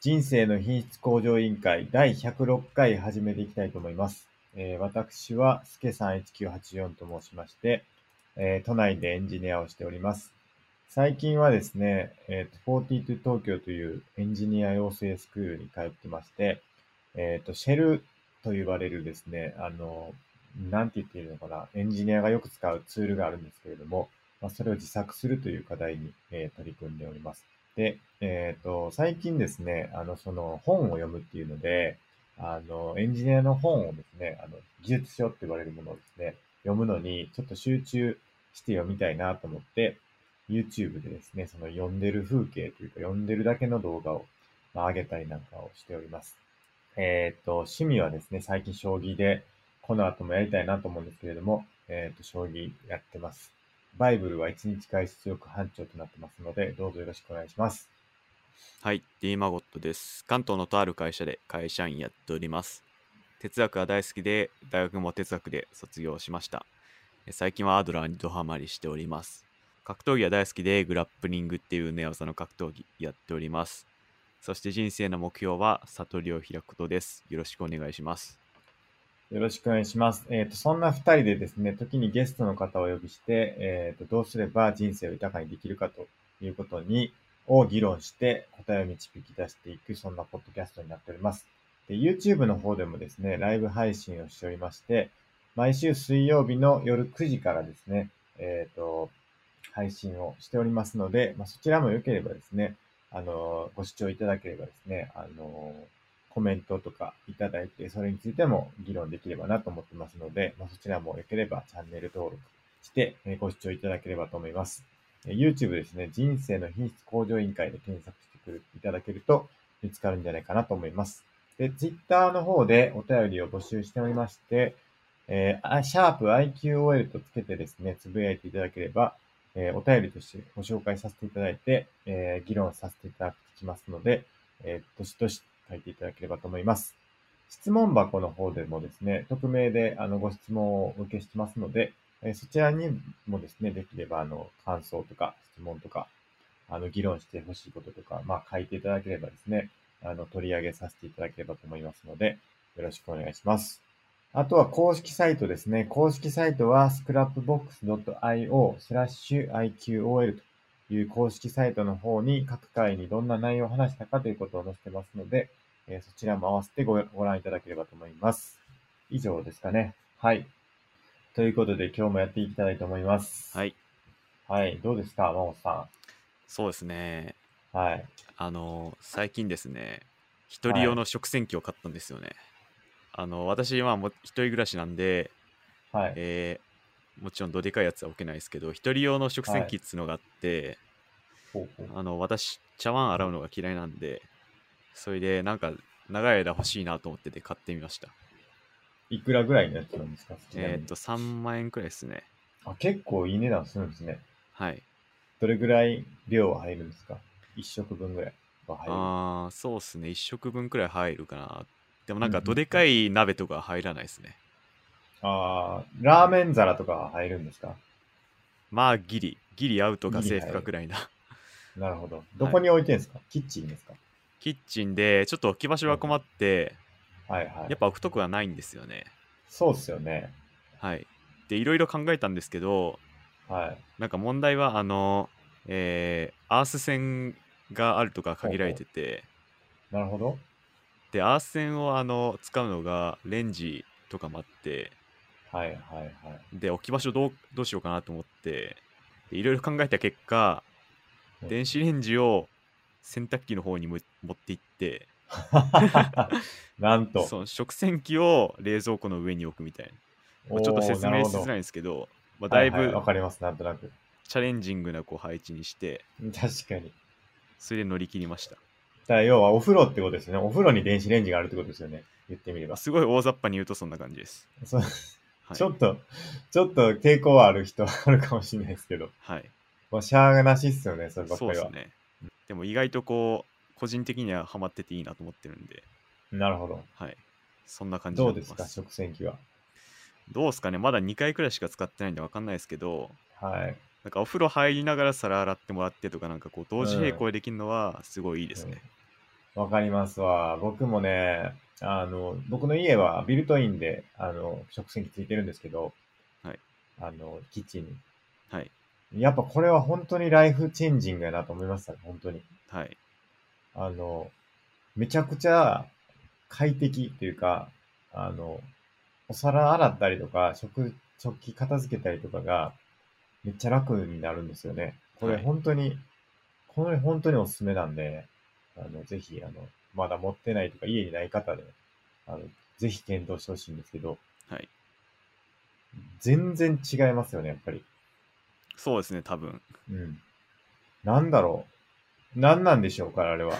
人生の品質向上委員会第106回始めていきたいと思います。私はすけさん1984と申しまして、都内でエンジニアをしております。最近はですね、42東京というエンジニア養成スクールに通ってまして、シェルと言われるですね、なんて言っているのかな、エンジニアがよく使うツールがあるんですけれども、それを自作するという課題に、取り組んでおります。で、最近ですね、その本を読むっていうので、エンジニアの本をですね、技術書って言われるものをですね、読むのにちょっと集中して読みたいなと思って、YouTube でですね、その読んでる風景というか、読んでるだけの動画を、上げたりなんかをしております。趣味はですね、最近将棋で、この後もやりたいなと思うんですけれども、将棋やってます。バイブルは1日外出力班長となってますので、どうぞよろしくお願いします。 はい、D マゴットです。関東のとある会社で会社員やっております。哲学が大好きで、大学も哲学で卒業しました。最近はアドラーにドハマりしております。格闘技は大好きで、グラップリングっていう寝技の格闘技やっております。そして人生の目標は悟りを開くことです。よろしくお願いします。 よろしくお願いします。そんな二人でですね、時にゲストの方をお呼びして、どうすれば人生を豊かにできるかということを議論して答えを導き出していく、そんなポッドキャストになっております。で、YouTube の方でもですね、ライブ配信をしておりまして、毎週水曜日の夜9時からですね、配信をしておりますので、そちらも良ければですね、ご視聴いただければですね、コメントとかいただいて、それについても議論できればなと思ってますので、そちらも良ければチャンネル登録して、ご視聴いただければと思います。YouTube ですね、人生の品質向上委員会で検索していただけると見つかるんじゃないかなと思います。で、Twitter の方でお便りを募集しておりまして、シャープ i q o l とつけてですね、つぶやいていただければ、お便りとしてご紹介させていただいて、議論させていただきますので、どしどし書いていただければと思います。質問箱の方でもですね、匿名でご質問をお受けしてますので、そちらにもですね、できれば感想とか質問とか、議論してほしいこととか、書いていただければですね、取り上げさせていただければと思いますので、よろしくお願いします。あとは公式サイトですね。公式サイトは scrapbox.io/iqol という公式サイトの方に各回にどんな内容を話したかということを載せてますので、そちらも合わせてご覧いただければと思います。以上ですかね。はい。ということで今日もやっていきたいと思います。 はい、 はい。どうですか、真帆さそうですね。 ん。はい。 最近ですね、一人はい。 用の食洗機を買ったんですよね。私はもう一人暮らしなんで、 はい。 えもちろんどでかいやつは置けないですけど、一人用の食はい。 洗機っつうのがあって、 ほうほう。 私、茶碗洗うのが嫌いなんで、それでなんか長い間欲しいなと思ってて買ってみました。 いくらぐらいのやつなんですか、ちなみに。 3万円くらいですね。 結構いい値段するんですね。 はい。 どれぐらい量は入るんですか？一食分ぐらいは入る。 そうっすね。1食分くらい入るかな。でもなんかどうんうん。 でかい鍋とか入らないですね。 ラーはい。 メン皿とかは入るんですか？ まあギリアウトがセーフギリ入る。 かくらいな。 なるほど。どはい。 こに置いてんですか？キッチンですか？ キッチンでちょっと置き場所うんうん。 が困って、 はいはい。 やっぱ置くとこがないんですよね。 そうっすよね。 はい。で、いろいろ考えたんですけど、 はい。 なんか問題は、アース線があるとか限られほうほてて、 う。なるほど。 で、アース線を使うのがレンジとかもあって、 はいはいはい。 で、置き場所どうしようかなと思って、でいろいろ考えた結果、 うん。 電子レンジを洗濯機の方に持っていって、 なんと。 その食洗機を冷蔵庫の上に置くみたいな。ちょっとおー、 説なるほど。 明しづらいんですけど、 はいはい。 だいぶわかります。なんとなく。 チャレンジングな配置にして、 確かに。 それで乗り切りました。 要はお風呂ってことですね。お風呂に電子レンジがあるってことですよね。言ってみれば。 すごい大雑把に言うとそんな感じです。 そう、 はい。 ちょっと、ちょっと抵抗はある人はあるかもしれないですけど。 はい。 しゃーがなしっすよね、そればっかりは。 そうですね。でも意外と個人的にはハマってていいなと思ってるんで、 なるほど。 はい。そんな感じにどうですか、 なってます。 食洗機は。 どうですかね、まだ2回くらいしか使ってないんでわかんないですけど、 はい。 なんかお風呂入りながら皿洗ってもらってとか、なんか同時並うん。 行できるのはすごいいいでうん。 すね。 わかりますわ。僕もね、僕の家はビルトインで、食洗機ついてるんですけど、 はい。 キッチンはい。 に。やっぱこれは本当にライフチェンジングやなと思いましたね、本当に。 はい。 あの、めちゃくちゃ快適っていうか、あの、お皿洗ったりとか、食器片付けたりとかがめっちゃ楽になるんですよね。これはい。 本当におすすめなんで、ぜひ、まだ持ってないとか家にない方で、あの、ぜひ検討してほしいんですけど、 はい。 全然違いますよね、やっぱり。 そうですね、多分。 うん。なんだろう。何なんでしょうか、あれは。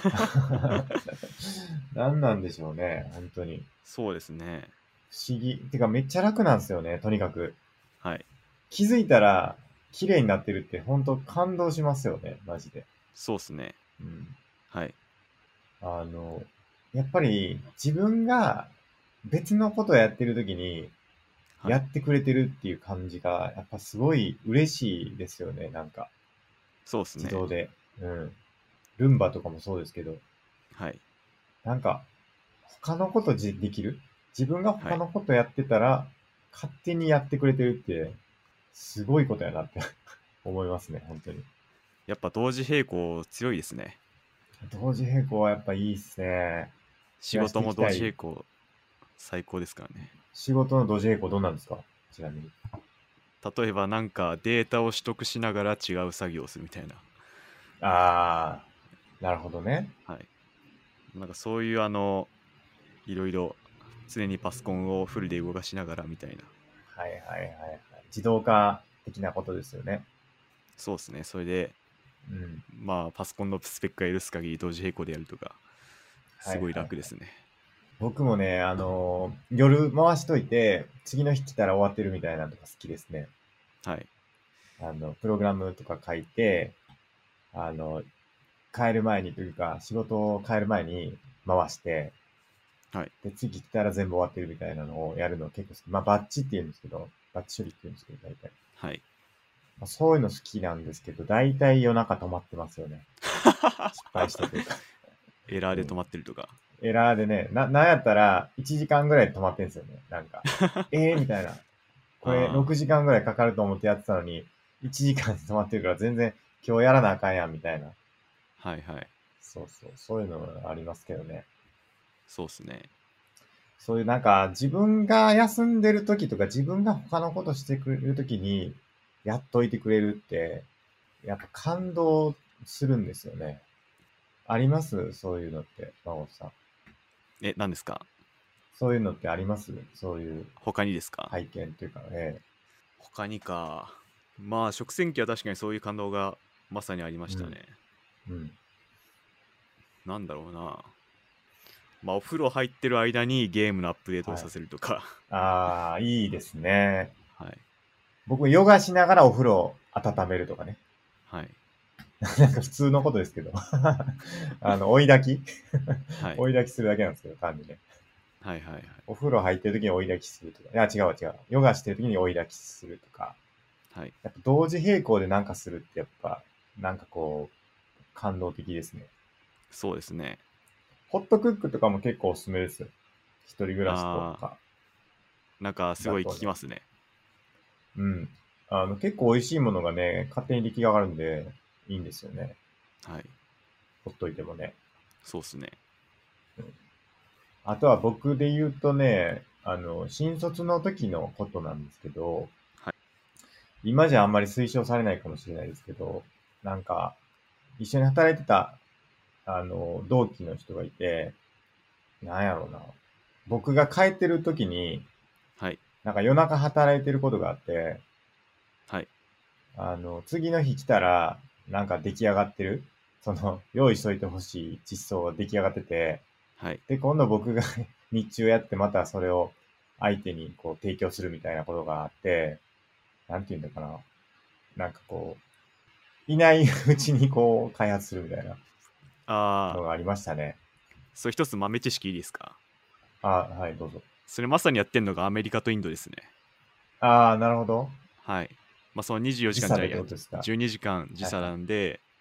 何なんでしょうね、本当に。 そうですね。 不思議。てかめっちゃ楽なんですよね、とにかく。 はい。 気づいたら、綺麗になってるって本当感動しますよね、マジで。 そうですね。 うん。 はい。 あの、やっぱり自分が別のことをやってる時にはい。 やってくれてるっていう感じが、やっぱすごい嬉しいですよね、なんか。 そうですね。 自動で。うん。ルンバとかもそうですけど、 はい。 なんか、他のことできる自分がはい。 他のことやってたら、勝手にやってくれてるって、すごいことやなって思いますね、本当に。 やっぱ同時並行強いですね。 同時並行はやっぱいいっすね。増やして仕事も同いきたい。 時並行最高ですからね。 仕事の同時並行どうなんですか、ちなみに。 例えばなんかデータを取得しながら違う作業をするみたいな。 あー、なるほどね。 はい。なんかそういういろいろ常にパソコンをフルで動かしながらみたいな。 はいはいはいはい。自動化的なことですよね。 そうですね。それで、 うん。 まあパソコンのスペックが許す限り同時並行でやるとか、すごいはいはいはい。 楽ですね。 僕もね、夜回しといて、次の日来たら終わってるみたいなのとか好きですね。 はい。 プログラムとか書いて、あの、帰る前にというか、仕事を帰る前に回して、 はい。 で、次来たら全部終わってるみたいなのをやるの結構好き。まあ、バッチって言うんですけど、バッチ処理って言うんですけど、大体。 はい。 まあ、そういうの好きなんですけど、大体夜中止まってますよね。失敗してというか。 エラーうん。 で止まってるとか。 エラーでね、なんやったら、1時間ぐらいで止まってんですよね。なんか、みたいな。これ、 あ 6時間ぐらいかかると思ってやってたのに、1時間で止まってるから全然今日やらなあかんやん、みたいな。 あ、はいはい。 そうそう、そういうのありますけどね。 そうっすね。 そういうなんか、自分が休んでる時とか、自分が他のことしてくれる時に、やっといてくれるって、やっぱ感動するんですよね。ありますそういうのって、真帆さん。 何ですか？ そういうのってありますそういう他にですか？ 体験というか、 他にか。まあ、食洗機は確かにそういう感動がまさにありまうん、 したね。 うん。 なんだろうな。まあ、お風呂入ってる間にゲームのアップデートをはい。 させるとか。 ああ、いいですね。 はい。 僕、ヨガしながらお風呂を温めるとかね。 はい。 なんか普通のことですけど。追い炊きはい。 追い炊きするだけなんですけど、単にね。 はいはいはい。 お風呂入ってる時に追い炊きするとか。いや、違う違う。ヨガしてる時に追い炊きするとか。 はい。 やっぱ同時並行でなんかするってやっぱ、なんかこう、感動的ですね。 そうですね。 ホットクックとかも結構おすすめですよ。一人暮らしとあかー、なんかすごいだとね。 聞きますね。 うん。結構美味しいものがね、勝手に出来上がるんで、いいんですよね。 はい。 ほっといてもね。 そうっすね。 うん。あとは僕で言うとね、新卒の時のことなんですけど、 はい。 今じゃあんまり推奨されないかもしれないですけど、なんか、一緒に働いてた、同期の人がいて、なんやろうな。僕が帰ってる時に、 はい。 なんか夜中働いてることがあって、 はい。 次の日来たら、なんか出来上がってる、用意しといてほしい実装が出来上がってて、 はい。 で、今度僕が日中やってまたそれを相手にこう提供するみたいなことがあって、なんて言うんだかな。なんかこう、いないうちにこう開発するみたいなあー、 のがありましたね。 それ一つ豆知識いいですか？ あ、はい、どうぞ。 それまさにやってんのがアメリカとインドですね。 ああ、なるほど。 はい。まあ、その24時間じゃ、 時差でっいや、 てことですか。 12時間時差はいはい。 なんで、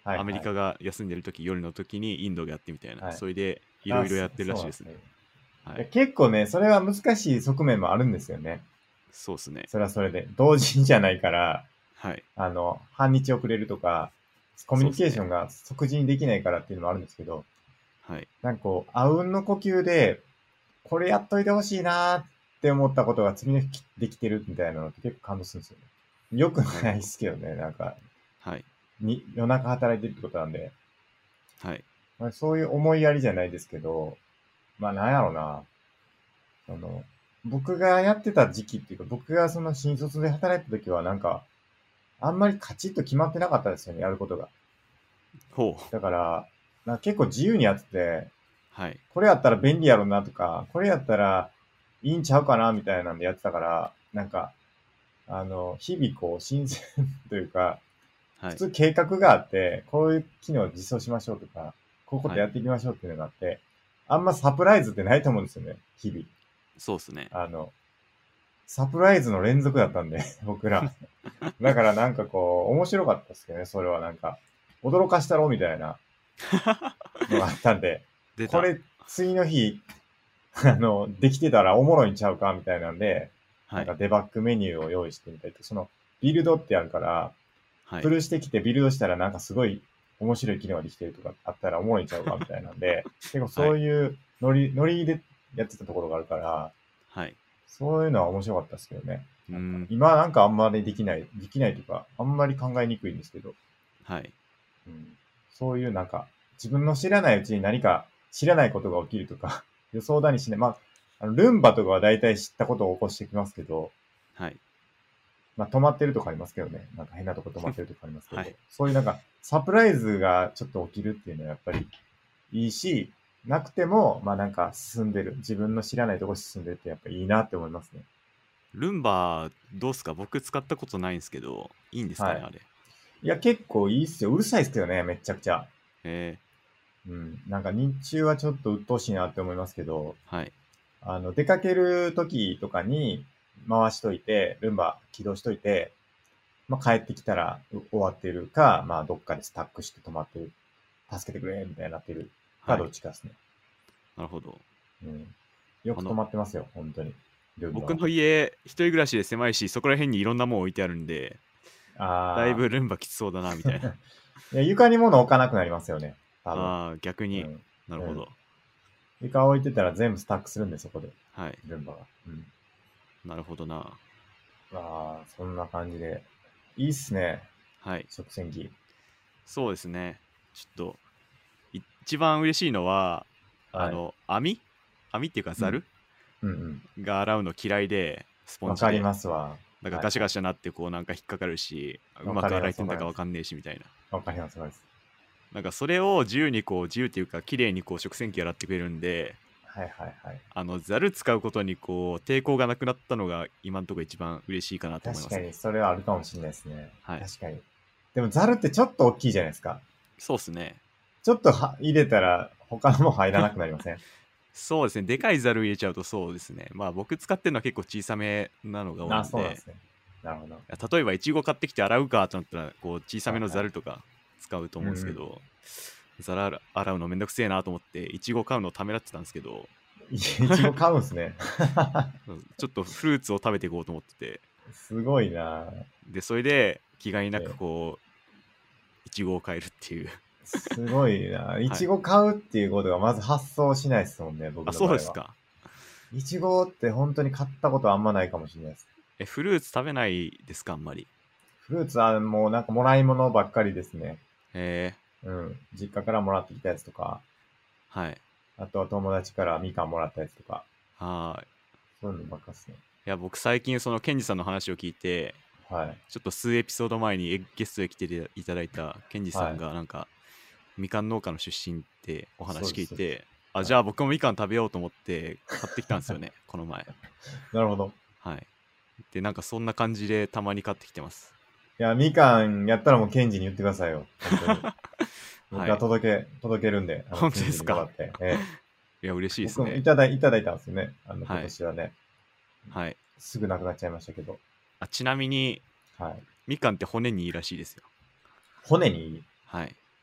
はいアメリカが休んでる時、夜の時にインドがやってみたいな、 はいそれでいろいろやってるらしいですね。 いやはい。 結構ね、それは難しい側面もあるんですよね。 そうですね。 それはそれで。同時じゃないから、 はい。 半日遅れるとか、コミュニケーションそうですね。 が即時にできないからっていうのもあるんですけど、 はい。 なんかこう、あうんの呼吸で、これやっといてほしいなーって思ったことが次の日できてるみたいなのって結構感動するんですよね。よくないでなるほど。 すけどね、なんか、 はい。 夜中働いてるってことなんで、 はい。 まあ、そういう思いやりじゃないですけど、まあなんやろな、その、僕がやってた時期っていうか、僕がその新卒で働いた時はなんか、あんまりカチッと決まってなかったですよね、やることが。 ほう。 だから、なんか結構自由にやってて、 はい。 これやったら便利やろなとか、これやったらいいんちゃうかなみたいなんでやってたから、なんか、日々こう、新鮮というか、 はい。 普通計画があって、こういう機能を実装しましょうとか、こういうことはい。 やっていきましょうっていうのがあって、あんまサプライズってないと思うんですよね、日々。 そうですね。 あの、サプライズの連続だったんで、僕ら。だからなんかこう、面白かったですけどね、それはなんか、驚かしたろみたいなのがあったんで、 出た。 これ、次の日、できてたらおもろいんちゃうかみたいなんで、 はい。 なんかデバッグメニューを用意してみたりと、その、ビルドってあるから、 はい。 プルしてきてビルドしたらなんかすごい面白い機能ができてるとかあったらおもろいんちゃうかみたいなんで、結構はい。 そういうノリでやってたところがあるから、 はい。 そういうのは面白かったですけどね。なんか、 うーん。 今なんかあんまりできないというか、あんまり考えにくいんですけど、 はい。 うん、そういうなんか、自分の知らないうちに何か知らないことが起きるとか、予想だにしない。まあ、ルンバとかは大体知ったことを起こしてきますけど、 はい。 まあ、止まってるとかありますけどね。なんか変なとこ止まってるとかありますけど、 はい。 そういうなんか、サプライズがちょっと起きるっていうのはやっぱりいいし、なくても、まあなんか進んでる。自分の知らないとこ進んでるってやっぱいいなって思いますね。 ルンバ、どうすか？僕使ったことないんですけど、いいんですかね、 はい。 あれ。 いや、結構いいっすよ。うるさいっすけどね、めっちゃくちゃ。 えうん。なんか日中はちょっと鬱陶しいなって思いますけど、 はい。 出かける時とかに回しといて、ルンバ起動しといて、まあ、帰ってきたら終わってるか、まあ、どっかでスタックして止まってる。助けてくれみたいになってるか、どっはい。 ちかですね。 なるほど。 うん。よく止あの、 まってますよ、本当に。ルンバ僕は。 の家、一人暮らしで狭いし、そこら辺にいろんなもん置いてあるんで、だいあぶルンバきつそうだな、みたいな。 あ。いや、床に物置かなくなりますよね。多分。 ああ、逆に。 うん。うん。 なるほど。 床置いてたら全部スタックするんで、そこで。 はい。 ルンバが。うん。 なるほどな。 ああ、そんな感じで。いいっすね。 はい。 食洗機。 そうですね。ちょっと、一番嬉しいのは、 はい。 網っていうかうん。 ザルうんうん。 が洗うの嫌いで、スポンわかりジで。 ますわ。 なんかはいはい。 ガシャガシャなってこうなんか引っかかるし、うわまく洗えかります、わかります。 てんだかわかんねえしみたいな。 わかります、わかります。 なんかそれを自由っていうか綺麗にこう食洗機洗ってくれるんで、 はいはいはい。 ザル使うことにこう抵抗がなくなったのが今のところ一番嬉しいかなと思いますね。 確かに、それはあるかもしれないですね。 はい。 確かに。でも、ザルってちょっと大きいじゃないですか。 そうですね。 ちょっと入れたら、他のも入らなくなりません？ そうですね。でかいザル入れちゃうとそうですね。まあ僕使ってるのは結構小さめなのが多いあ、 んで、 そうなんですね。なるほど。はい例えばイチゴ買ってきて洗うかと思ったらこう小さめのはい。 ザルとか使うと思うんですうんうん。 けど、ザル洗うのめんどくせえなと思ってイチゴ買うのためらってたんですけど、 いちご買うんすね。 ちょっとフルーツを食べていこうと思ってて、 すごいなぁ。 でそれで気概なくえ、 こうイチゴを買えるっていう。 すごいなぁ。いはい。 ちご買うっていうことがまず発想しないですもんね、僕あ、 の場合は。 そうですか。 いちごって本当に買ったことあんまないかもしれないです。 フルーツ食べないですか、あんまり？ フルーツはもうなんかもらい物ばっかりですね。 えうん。実家からもらってきたやつとか、 はい。 あとは友達からみかんもらったやつとか、 はい。 そういうのばっかですね。 いや、僕最近そのケンジさんの話を聞いて、 はい。 ちょっと数エピソード前にゲストで来ていただいたケンジさんはい。 がなんかみかん農家の出身ってお話そうです、そうです。 聞いて、あ、じはい。 ゃあ僕もみかん食べようと思って買ってきたんですよね、この前。 なるほど。 はい。で、なんかそんな感じでたまに買ってきてます。 いや、みかんやったらもうケンジに言ってくださいよ。本当に。僕がはい。 届けるんで、 本当ケンジですか？ にもらって。ええ。 いや、嬉しいです僕もね。 いただいたんですよね。今はい。 年はね。 はい。 すぐなくなっちゃいましたけど。 ちなみに、 はい。 みかんって骨にいいらしいですよ。 骨にいい？ はい。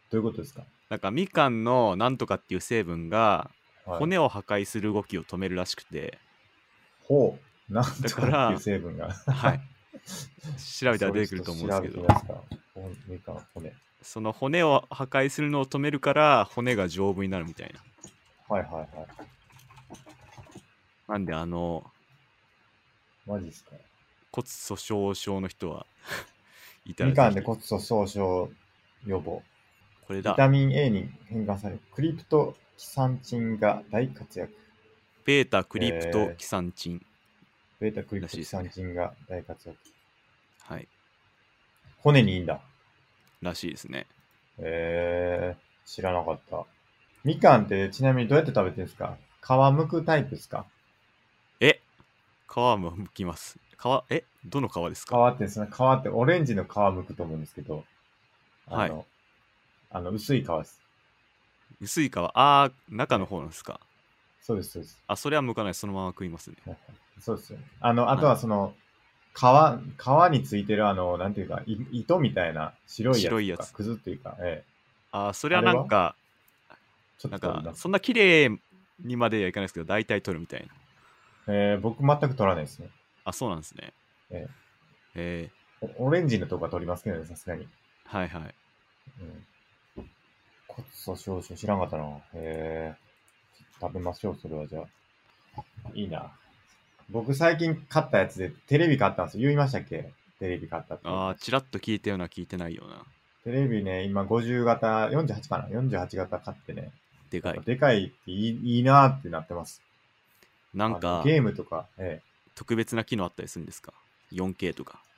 どういうことですか？ なんかみかんのなんとかっていう成分がはい。 骨を破壊する動きを止めるらしくて、 ほう。なんだとかっていうから、 成分が。 はい、調べたらそれ出てくるとちょっと調べ思うんですけど、 てみますか。みかん、骨。 その骨を破壊するのを止めるから骨が丈夫になるみたいな。 はいはいはい。 なんでマジですか。 骨粗しょう症の人はいたみらぜひ、 かんで骨粗鬆症予防。 これだ。 ビタミン A に変換されるクリプトキサンチンが大活躍。 ベータクリプトえキサンチンベータクリプトキサンらしいですね。 チンが大活躍。 はい。 骨にいいんだ。 らしいですね。 知らなかった。みかんってちなみにどうやって食べてるんですか？皮剥くタイプですか？ え、皮も剥きます。どの皮ですか？ 皮ってオレンジの皮剥くと思うんですけど、あはい。 の、薄い皮です。 薄い皮。中のえ方なんですか？ そうです、そうです。 あ、それは剥かない。そのまま食いますね。 そうですよね。あとはい。 は皮についてるなんていうか、糸みたいな白いやつとか、 白いやつ。 くずっていうか、 それはあれはちょっなんか、 と取ります。 そんな綺麗にまではいかないですけど、大体取るみたいな。 僕全く取らないですね。 そうなんですね。 ええオレンジのとこは取りますけどね、さすがに。 はいはい。 うん。骨粗しょう症知らんかったな。食べましょう、それはじゃあ。いいな。僕最近買ったやつでテレビ買ったんですよ。言いましたっけ？テレビ買ったっていう話。 ちらっと聞いたような聞いてないような。 テレビね、今50型、48かな？ 48 型買ってね。 でかい。 やっぱでかいっていいなってなってます。 なんか、 ゲームとか、 特別な機能あったりするんですか？ 4K とか。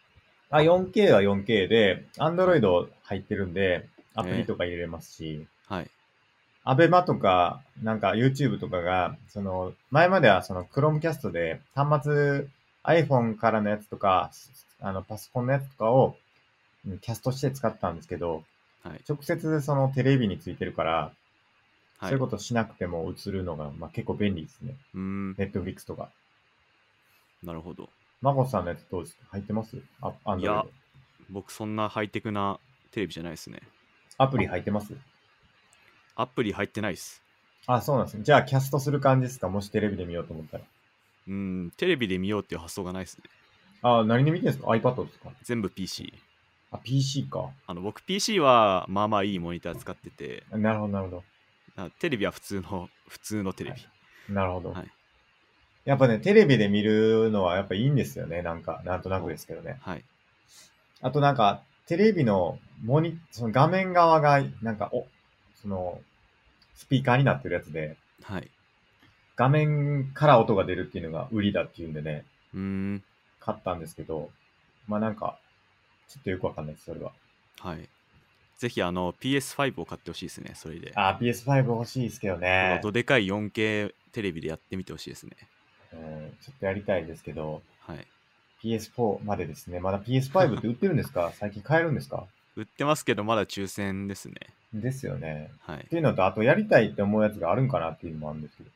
4K は 4K で、Android 入ってるんで、アプリえとか入れれますし、 はい。 アベマとか、なんか YouTube とかが、前まではChromecast で端末 iPhone からのやつとか、パソコンのやつとかをキャストして使ったんですけど、 はい。 直接そのテレビについてるから、 はい。 そういうことしなくても映るのが、結構便利ですね。 うーん。 Netflix とか。 なるほど。 マコさんのやつどうですか？入ってます？ いや、 Android。 僕そんなハイテクなテレビじゃないですね。 アプリ入ってます？ アプリ入ってないです。 そうなんですね。じゃあキャストする感じですか？もしテレビで見ようと思ったら。 テレビで見ようっていう発想がないですね。 何で見てるんですか？ iPad ですか？ 全部 PC。 PC か。 僕 PC はまあまあいいモニター使ってて、 なるほど、なるほど。 テレビは普通のテレビ。 はい。なるほど。 はい。 やっぱね、テレビで見るのはやっぱいいんですよね。なんとなくおですけどね。 はい。 あとなんか、テレビのその画面側が、なんか、その、スピーカーになってるやつで、 はい。 画面から音が出るっていうのが売りだっていうんでね、 うーん。 買ったんですけど、なんか、ちょっとよくわかんないです、それは。 はい。ぜひPS5 を買ってほしいですね、それで。 PS5 欲しいですけどこのね。 どでかい 4K テレビでやってみてほしいですね。 うん、ちょっとやりたいですけど、 はい。 PS4 までですね。まだ PS5 って売ってるんですか？最近買えるんですか？ 売ってますけど、まだ抽選ですね。 ですよね。 はい。 っていうのと、あとやりたいって思うやつがあるんかなっていうのもあるんですけど。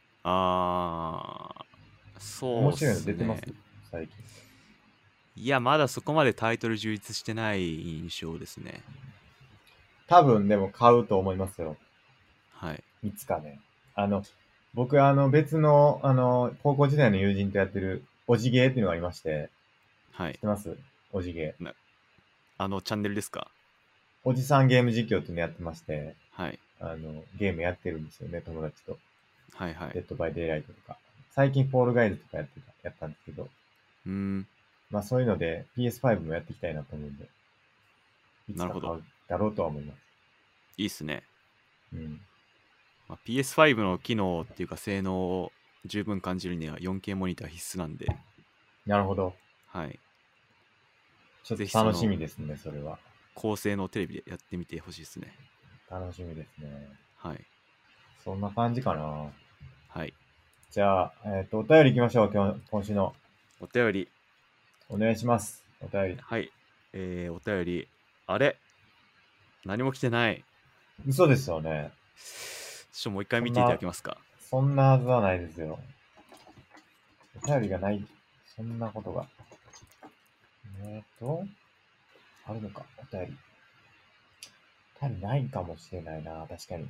そうっ面白いのすね。 出てます最近。 いや、まだそこまでタイトル充実してない印象ですね。 多分でも買うと思いますよ。 はい。 いつかね。あの、僕別の、高校時代の友人とやってる、おじゲーっていうのがありまして、 はい。 知ってます？おじゲー。 なチャンネルですか？ おじさんゲーム実況っていうのやってまして、 はい。 ゲームやってるんですよね、友達と。 はいはい。 デッドバイデイライトとか。最近、フォールガイズとかやったんですけど、 うーん。 そういうので PS5 もやっていきたいなと思うんで、いつなるほど。 か買うだろうとは思います。 いいっすね。 うん。 PS5 の機能っていうか性能を十分感じるには 4K モニター必須なんで、 なるほど。 はい。 ちょっぜひと楽しみですね、それは。 高性能テレビでやってみてほしいですね。 楽しみですね。 はい。 そんな感じかな。 はい。 じゃあ、お便り行きましょう、今週の。 お便り。 お願いします。お便り。 はい。お便り。あれ何も来てない。 嘘ですよね。 もう一回見ていただそんな、 けますか？ そんなはずはないですよ。お便りがない。そんなことが。あるのか、お便り。 多分ないかもしれないな、確かに。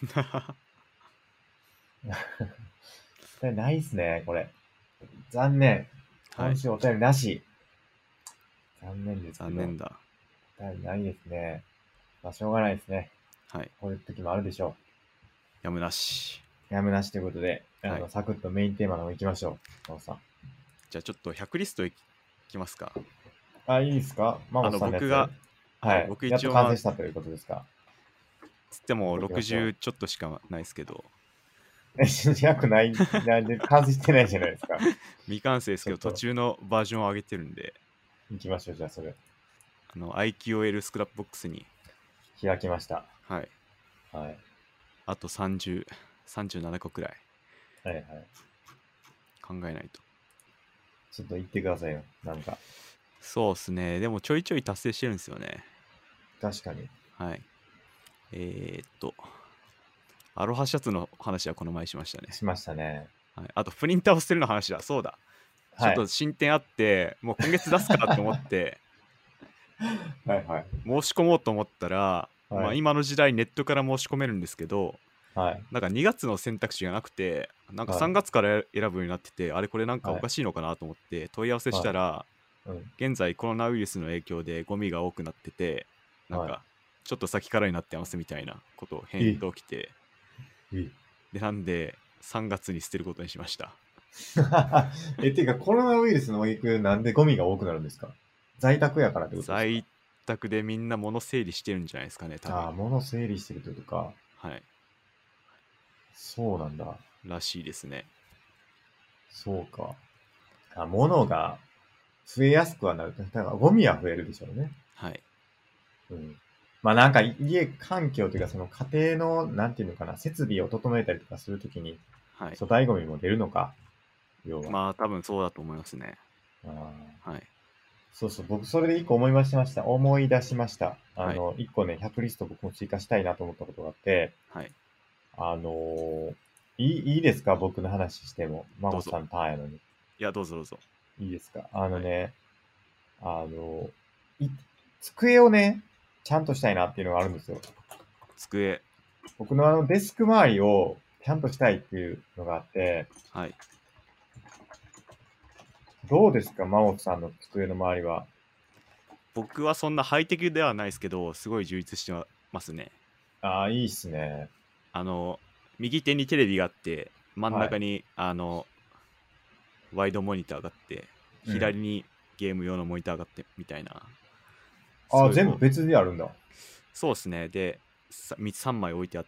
ないっすね、これ。残念。 はい。 今週お便りなし。残念ですけど、 残念だ。 お便りないですね。まあ、しょうがないですね。 はい。 こういう時もあるでしょやむなし。 う。やむなしということで、 はい。 サクッとメインテーマの方行きましょう。真帆さん。 じゃあちょっと100リストいきますか。 あ、いいですか真帆さんのやつ。 僕が、はい、 はい。 僕やっと一応まあ、 完成したということですか？ つってもやっていきましょ 60ちょっとしかないですけど、 う。約ない、なんで完成してないじゃないですか。 未完成ですけど、途ちょっと、 中のバージョンを上げてるんで、 行きましょう、じゃあそれ。 IQL スクラップボックスに、 開きました。 はい、 はい。 あと37個くらいはいはい。 考えないと。 ちょっと言ってくださいよ。なんか。 そうですね。でもちょいちょい達成してるんですよね。 確かに。 はい。アロハシャツの話はこの前しましたね。 しましたね。 はい、あと、プリンターを捨てるの話だ。そうだ。ちょっはい。 と進展あって、もう今月出すかと思って、 はいはい。 申し込もうと思ったら、まあ、 はい。 今の時代ネットから申し込めるんですけど、 はい。 なんか2月の選択肢がなくて、なんか3 はい。 月から選ぶようになってて、あれこれなんかおはい。 かしいのかなと思って問い合わせしはたら、 い。うん。 現在コロナウイルスの影響でゴミが多くなってて、なんはかちょっと先からになってますみたいなことを返い。 答来て、 え、 で、なんで3月に捨てることにしました。 ていうか、コロナウイルスの影響でなんでゴミが多くなるんですか？在宅やからってことですか？ 在宅でみんな物整理してるんじゃないですかね、多分。 ああ、物整理してるってことか。 はい。 そうなんだ。 らしいですね。 そうか。あ、物が増えやすくはなる。だからゴミは増えるでしょうね。 はい。 うん。まあなんか家環境というかその家庭の、なんていうのかな、設備を整えたりとかするときにはい。 粗大ゴミも出るのか、要は。 まあ多分そうだと思いますね。 ああ。 はい。 そうそう、僕それで一個思い出しました。 はい。 一個ね、100リスト僕も追加したいなと思ったことがあって、 はい。 あのーいいですか僕の話しても。真どうぞ。 帆さんターンやのに。 いや、どうぞどうぞ。 いいですかはい。 あの、い、机をね、ちゃんとしたいなっていうのがあるんですよ。 机。 僕のデスク周りをちゃんとしたいっていうのがあって、 はい。 どうですか真帆さんの机の周りは。 僕はそんなハイテクではないですけど、すごい充実してますね。 ああ、いいっすね。 あの、右手にテレビがあって、真んはい。 中にワイドモニターがあって、 うん。 左にゲーム用のモニターがあってみたいな、すああ、 ごいこう、 全部別であるんだ。 そうですね。で、3枚置いてあって、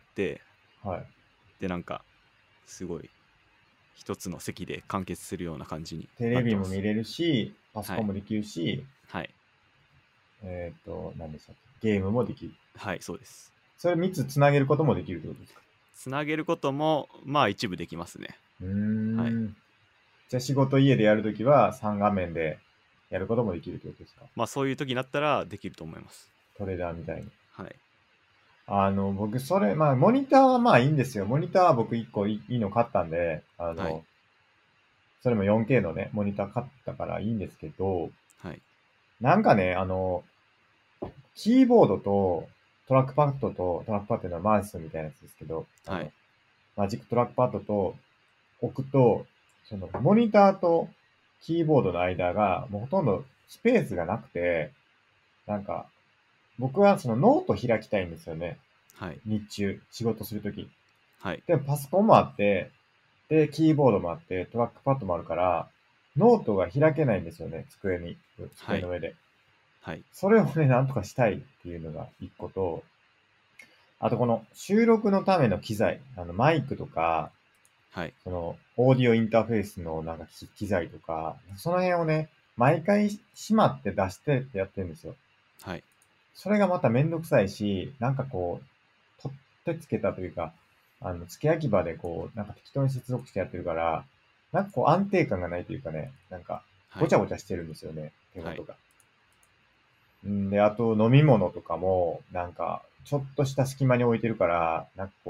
はい。 で、なんか、すごい、一つの席で完結するような感じにテレなってます。 ビも見れるし、パソはい。 コンもできるし、 はい。 何でしたっけゲームもできる。 はい、そうです。 それ3つつなげることもできるってことですか？ つなげることも、まあ一部できますね。 うーはい。 ん。じゃあ仕事家でやるときは3画面でやることもできるってことですか？ まあそういう時になったらできると思います。 トレーダーみたいに。 はい。 僕、まあ、モニターはまあいいんですよ。モニターは僕1個いいの買ったんで、 はい。 それも 4K のね、モニター買ったからいいんですけど、 はい。 なんかね、キーボードとトラックパッドっていうのはマウスみたいなやつですけど、 はい。 マジックトラックパッドと置くと、モニターとキーボードの間が、もうほとんどスペースがなくて、なんか、僕はそのノート開きたいんですよね。 はい。 日中、仕事するとき。 はい。 でもパソコンもあって、で、キーボードもあって、トラックパッドもあるから、ノートが開けないんですよね、 はい。 机の上で。 はい。 それをね、なんとかしたいっていうのが一個と、あとこの収録のための機材、マイクとか、 はい。 オーディオインターフェースのなんか機材とか、その辺をね、毎回しまって出してってやってるんですよ。 はい。 それがまためんどくさいし、なんかこう、取ってつけたというか、付け焼き場でこう、なんか適当に接続してやってるから、なんかこう安定感がないというかね、なんか、 はい。 ごちゃごちゃしてるんですよね、手はい。 元が。んで、あと飲み物とかも、なんか、ちょっとした隙間に置いてるから、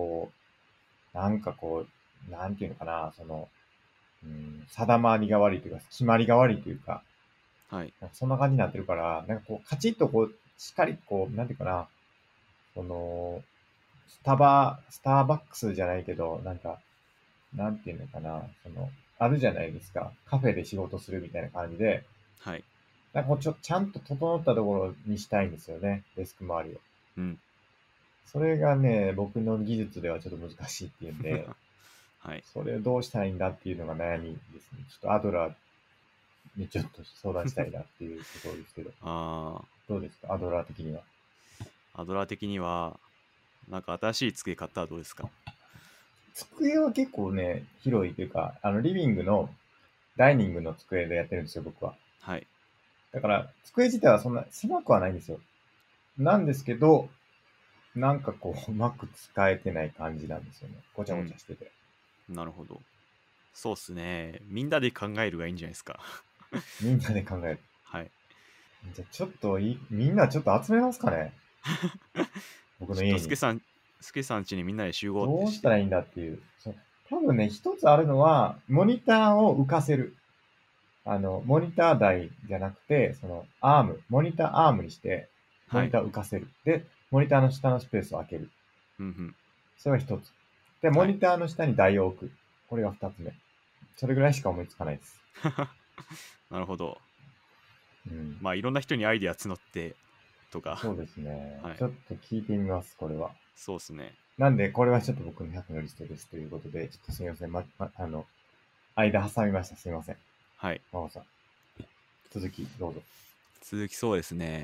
なんていうのかな、定まりが悪いというか、決まりが悪いというか、 はい。 なんかそんな感じになってるから、なんかこう、カチッとこう、しっかりこう、なんていうかな、 この、スタバックスじゃないけど、なんか、なんていうのかな、あるじゃないですか。カフェで仕事するみたいな感じで、 はい。 なんかもうちゃんと整ったところにしたいんですよね。デスク周りを。 うん。 それがね、僕の技術ではちょっと難しいっていうんで、 はい。 それをどうしたらいいんだっていうのが悩みですね。ちょっとアドラーにちょっと相談したいなっていうところですけど、 あどうですかアドラー的には。 アドラー的には、なんか新しい机買ったらどうですか？ 机は結構ね、広いというか、リビングのダイニングの机でやってるんですよ、僕は。 はい。 だから、机自体はそんな狭くはないんですよ。なんですけど、なんかこう、うまく使えてない感じなんですよね。ごちゃごちゃしてて。 なるほど。そうっすね。みんなで考えるがいいんじゃないですか。 みんなで考える。 はい。 じゃあちょっとみんなちょっと集めますかね僕ちょっと、 の家に。 スケさん家にみんなで集合ってして。 どうしたらいいんだっていう。多分ね、一つあるのは、モニターを浮かせる。モニター台じゃなくて、モニターアームにして、モはい。 ニター浮かせる。で、モニターの下のスペースを開ける。 うんうん。 それが一つ。で、モはい。 ニターの下に台を置く。これが二つ目。それぐらいしか思いつかないです。 なるほど。 うん。 まあ、いろんな人にアイデア募ってとか。 そうですね。 はい。 ちょっと聞いてみます、これは。 そうっすね。 なんで、これはちょっと僕の100のリストですということで、ちょっとすみません。間挟みました。すみません。 はい。 ママさん。続き、どうぞ。 続きそうですね。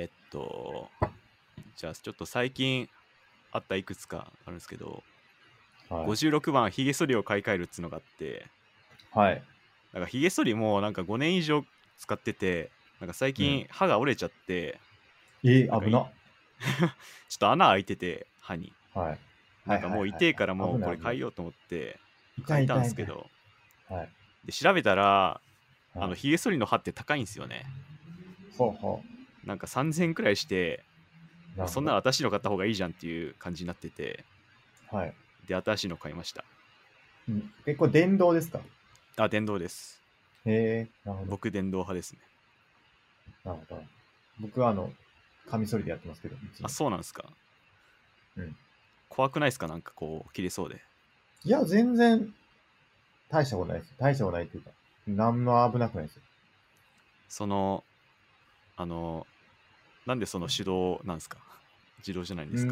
じゃあちょっと最近あったいくつかあるんですけど、 はい。 56番ヒゲ剃りを買い替えるっつうのがあって、 はい。 なんかヒゲ剃りもなんか5年以上使ってて、なんか最うん。 近歯が折れちゃって、なんか危な。 ちょっと穴開いてて歯に。 はい。 なんかもう痛えからもうこれ危ない危ない。 変えようと思って変えたんで痛い痛い痛い。 すけど、 はい。 で調べたらはい。 ヒゲ剃りの歯って高いんですよね。 ほうほなんか3000円くらいして、 う。なるほど。 そんなの私の買った方がいいじゃんっていう感じになってて、 はい。 で新しいの買いました。 うん、結構電動ですか？ あ、電動です。 へえ、なるほど。 僕電動派ですね。 なるほど。僕はカミソリでやってますけど、いつあ、 も。 そうなんですか。 うん。 怖くないですか？なんかこう切れそうで。 いや、全然大したことないです。大したことないっていうか、何も危なくないですよ。 そのあのなんでその手動なんですか？自動じゃないんですか？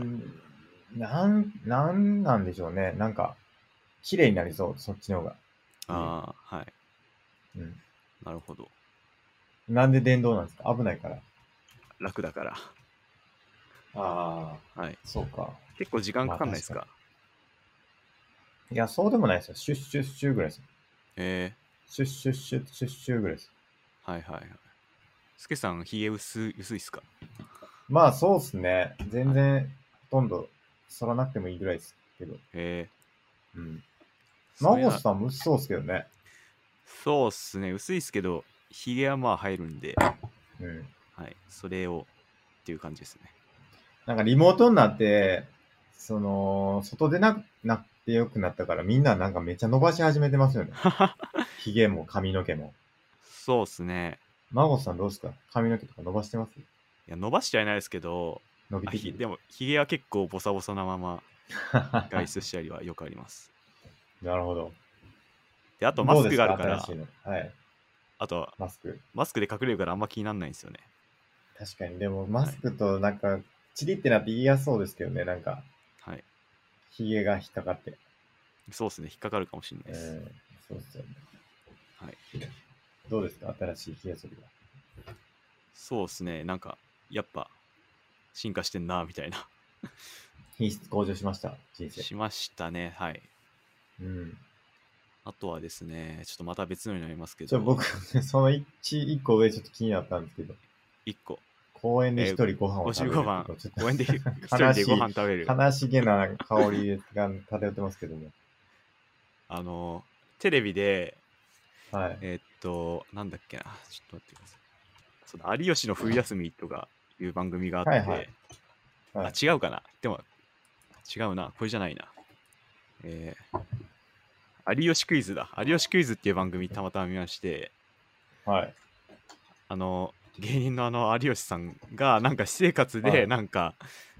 なんでしょうね。なんか、綺麗になりそう、そっちの方が。家。 ああ、はい。 うん。 なるほど。 なんで電動なんですか？危ないから。 楽だから。 ああ、 はい。 そうか。 結構時間かまあ確かに。 かんないですか？ いや、そうでもないですよ。シュッシュッシュぐらいですよ。 えシュッシュッシュッシュッシュぐらいです。 はいはいはい。スケさん、ひげ薄いっすか？ まあそうっすね。全はい。 然、ほとんど、剃らなくてもいいぐらいですけど。 えうん。マそういうな、 ゴスさんも薄そうっすけどね。 そうっすね。薄いっすけど、ひげはまあ入るんで、 うん。 はい。それをっていう感じですね。 なんかリモートになって、外出なってよくなったからみんななんかめっちゃ伸ばし始めてますよね。髭も髪の毛も。 そうっすね。 マゴスさんどうですか？髪の毛とか伸ばしてます？ いや、伸ばしちゃいないですけど、 伸びてくる。 でも、ひげは結構ボサボサなまま外出したりはよくあります。 なるほど。 で、あとマスクがあるどうですかから、 新しいの。はい。 あとはマスク。 マスクで隠れるからあんま気にならないんですよね。 確かに。でもマはい。 スクとなんか、チリってなって言いやすそうですけどね。なんか、 はい。 髭が引っかかって。 そうですね。引っかかるかもしれないです。 そうっすよね。 はい。 どうですか新しい髭剃りは。 そうですね。なんか、やっぱ、進化してんな、みたいな。 品質向上しました人生。 しましたね。はい。 うん。 あとはですね、ちょっとまた別のになりますけど、 僕、その一個上ちょっと気になったんですけど、 1個。 公園で一人ご飯を食べ 55番、 るっていうのちょっ公園で一と人でご飯食べる。 悲しげな香りが漂ってますけども。 あの、テレビで、 はい。 なんだっけな。ちょっと待ってください。そうだ、有吉の冬休みとかいう番組があっはいはい。 て、あ、 はい。 違うかな。でも、違うな。これじゃないな。有吉クイズだ。有吉クイズっていう番組たまたま見まして、 はい。 芸人の有吉さんが、なんか私生活で、 はい。 なんか、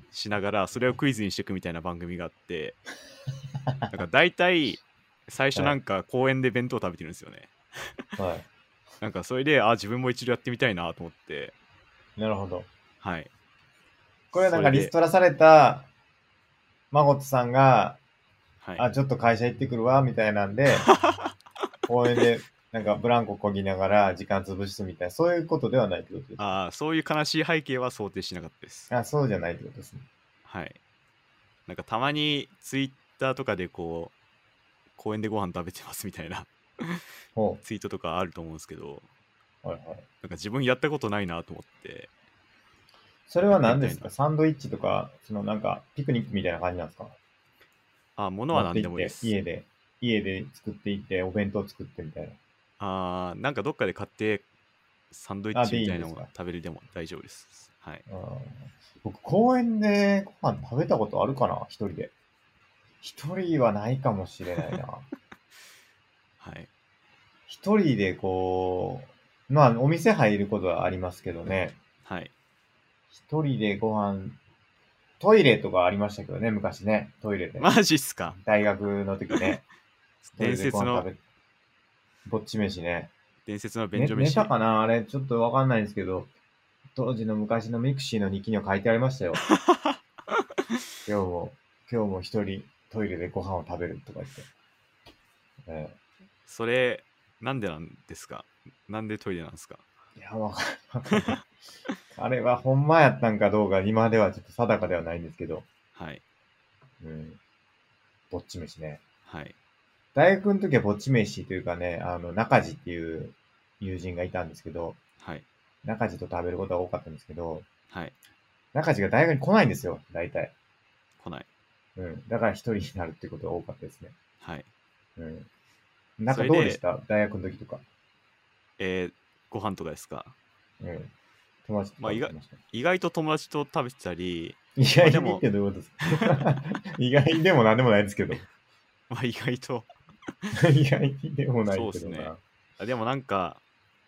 しながらそれをクイズにしていくみたいな番組があって、なんか大体最初なんか公園で弁当食べてるんですよね。 はい。 なんかそれで自分も一度やってみたいなと思って、 なるほど。 はい。 これはなんかリスそれで、 トラされたマゴットさんが、 はい。 ちょっと会社行ってくるわ、みたいなんで、公園でなんかブランコ漕ぎながら時間潰すみたいな、そういうことではないってことですか？ そういう悲しい背景は想定しなかったです。 そうじゃないってことですね。 はい。なんかたまにツイッターとかでこう、公園でご飯食べてますみたいなほツイートとかあると思うんですけど、 う。はいはい。 なんか自分やったことないなと思ってそれはやってみたいな。 何ですか？サンドイッチとか、なんか、ピクニックみたいな感じなんですか？ 物は何で持って行って、 もいいです。 家で作っていって、お弁当作ってみたいなんかどっかで買ってサンドイッな。 チみたいなのをでいいんですか？ 食べるでも大丈夫です。はい。 あー僕、公園でご飯食べたことあるかな？一人で。一人はないかもしれないな。 はい。 一人でお店入ることはありますけどね。 はい。 一人でご飯、トイレとかありましたけどね、昔ね。トイレで。 マジっすか？ 大学の時ね。トイレ伝でご説の、 飯ぼっち飯ね。 伝説の便所寝た飯。 かなあれ、ちょっとわかんないんですけど、当時の昔のミクシーの日記には書いてありましたよ。今日も、今日も一人トイレでご飯を食べるとか言って。えそれ、なんでなんですか？なんでトイレなんですか？ いや、わかんない。あれはほんまやったんかどうか、今ではちょっと定かではないんですけど、 はい。 うん。ぼっち飯ね。 はい。 大学の時はぼっち飯というかね、中地っていう友人がいたんですけど、 はい。 中地と食べることが多かったんですけど、 はい。 中地が大学に来ないんですよ、大体。 来ない。 うん。だから一人になるってことが多かったですね。 はい。 うん。なんかそれで、 どうでした大学の時とか？ ご飯とかですか？ うん。友達とまあ、 食べてました。 意外と友達と食べてたり、 意まあでも、 外にってどういうことですか？意外でもなんでもないですけど。 まあ意外と、 意外にでもないそうですね。 けどな。 でもなんか、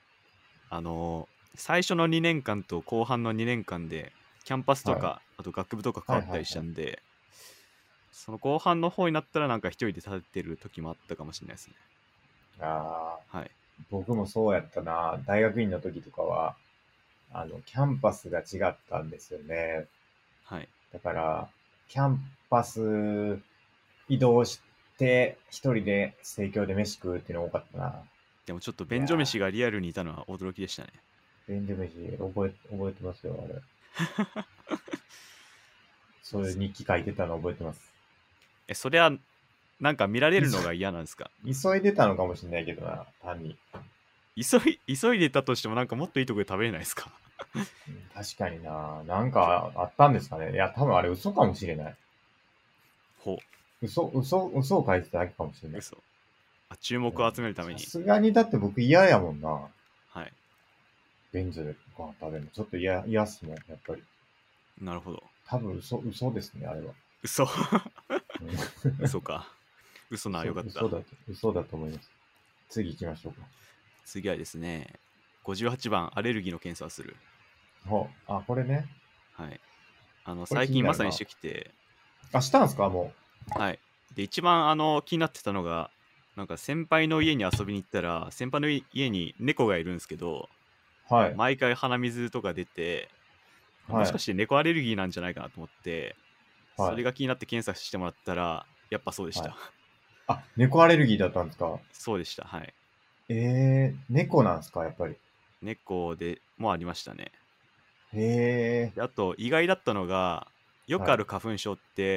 最初の2年間と後半の2年間で、キャンパスとはい。 か、あと学部とか変わったりしはいはいはい。 たんで、その後半の方になったらなんか一人で立ってる時もあったかもしれないですね。 ああ、 はい。 僕もそうやったな。大学院の時とかは、キャンパスが違ったんですよね。 はい。 だから、キャンパス移動して、一人で生協で飯食うっていうのが多かったな。 でもちょっといや便所飯がリアルにいたのは驚きでしたね。 ー、便所飯覚えてますよ、あれ。そういう日記書いてたの覚えてます。 それはなんか見られるのが嫌なんですか？ 急いでたのかもしれないけどな、単に。 急いでたとしてもなんかもっといいとこで食べれないですか？ うん、確かにな。なんかあったんですかね。いや、多分あれ嘘かもしれない。 ほ嘘を書いてただけかもしれう、 ない。 嘘。注目をうん。 集めるために。 さすがにだって僕嫌やもんな。 はい。 便所でご飯食べるの。ちょっと嫌っすもん、やっぱり。 なるほど。 多分嘘ですね、あれは。 嘘。 うん、 嘘か。嘘な、よかった。 嘘だと思います。次行きましょうか。 次はですね、58番、アレルギーの検査をする。 これね。 はい。 これ最気になるな。 近まさにしてきて、 したんすかもはい。で、一番気になってたのが、なんか先輩の家に遊びに行ったら、先輩の家に猫がいるんですけど、 う？はい。 毎回鼻水とか出て、もしかはい。 して猫アレルギーなんじゃないかなと思って、そはい。 れが気になって検査してもらったら、やっぱそうでしはい。 た。 猫アレルギーだったんですか？ そうでした。はい。 猫なんですかやっぱり？ 猫でもありましたね。 へえ。 であと、意外だったのが、よくはい。 ある花粉症って、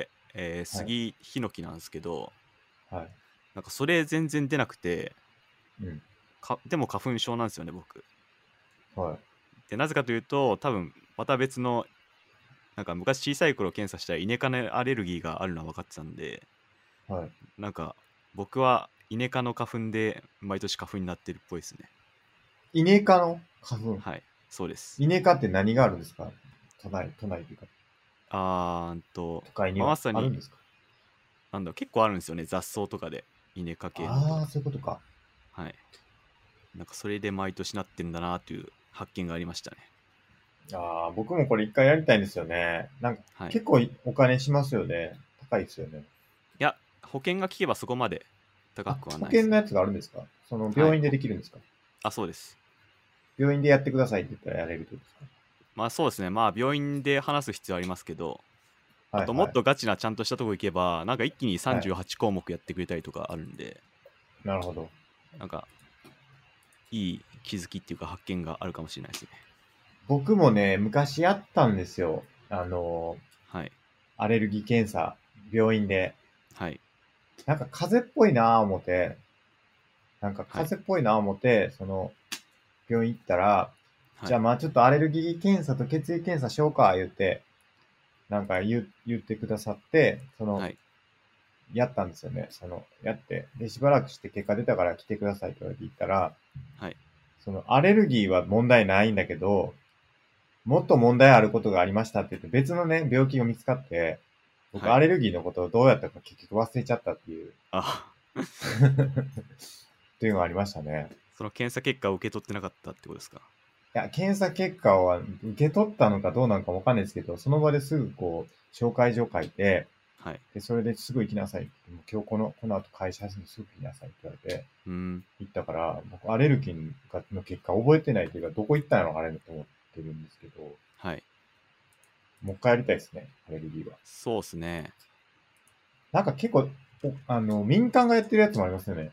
はい。 杉、ヒノキなんですけど、 はい。 なんかそれ全然出なくて、 うん。 でも花粉症なんですよね、僕。 はい。 で、なぜかというと、多分また別の、なんか昔小さい頃検査したらイネ科のアレルギーがあるのは分かってたんで、 はい。 なんか僕はイネ科の花粉で毎年花粉になってるっぽいですね。 イネ科の花粉。 はい、そうです。 イネ科って何があるんですか？都内というか、都会にはまさに、 あるんですか？ なんだ、結構あるんですよね、雑草とかで、イネ科系のとああー、 か。 そういうことか。 はい。なんかそれで毎年なってんだなという発見がありましたね。 ああ、僕もこれ一回やりたいんですよね。なんかはい。い結構お金しますよね。高いですよね。 や、保険が効けばそこまで高あ、 くは保ないですね。 険のやつがあるんですか？そのはい。 病院でできるんですか？ あ、そうです。 病院でやってくださいって言ったらやれるってことですまあそうですね。まあ病院で話す必要ありますけど、 か？ あともっはいはい。 とガチなちゃんとしたとこ行けば、なんか一気にはい。 38項目やってくれたりとかあるんで、 なるほど。 なんかいい気づきっていうか発見があるかもしれないですね。 僕もね、昔やったんですよ。 はい。 アレルギー検査、病院で。 はい。 なんか風邪っぽいなぁ思って、 はい。 病院行ったら、じゃあはい。 まあちょっとアレルギー検査と血液検査しようか、言って、言ってくださって、 はい。 やったんですよね。やって、で、しばらくして結果出たから来てくださいって言われて行ったら、 はい。 アレルギーは問題ないんだけど、もっと問題あることがありましたって言って別のね、病気が見つかって、僕はい。 アレルギーのことをどうやったか結局忘れちゃったっていう、 あ、 っていうのがありましたね。 その検査結果を受け取ってなかったってことですか？ いや、検査結果は受け取ったのかどうなのかわかんないですけど、その場ですぐ紹介状書いて、 はい。 で、それですぐ行きなさいって。もう今日この後会社にすぐ行きなさいって言われて、 うーん。 行ったから、僕アレルギーの結果覚えてないというか、どこ行ったのあれと思ってるんですけど、 はい。 もう一回やりたいですね、アレルギーは。 そうっすね。 なんか結構、民間がやってるやつもありますよね。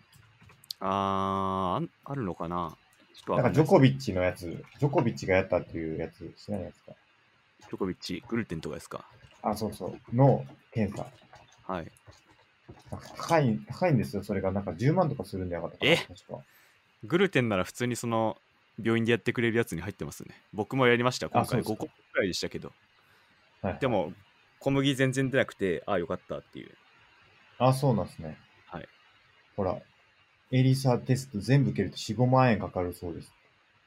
あるのかな、ちょっとわなんかんないですね。 かジョコビッチのやつ、ジョコビッチがやったっていうやつ、知らないですか？ ジョコビッチ、グルテンとかですか？ あ、そうそう。の検査。 はい。 なんか高いんですよ。それがなんか10万とかするんじゃなかったかな、 え、 確か。 グルテンなら普通にその病院でやってくれるやつに入ってますね。僕もやりました、 あ、 今回。5 そうですか。 個くらいでしたけど。 はいはい。 でも、小麦全然出なくて、ああ、よかったっていう。 あ、そうなんですね。 はい。 ほら、エリサテスト全部受けると4、5万円かかるそうです。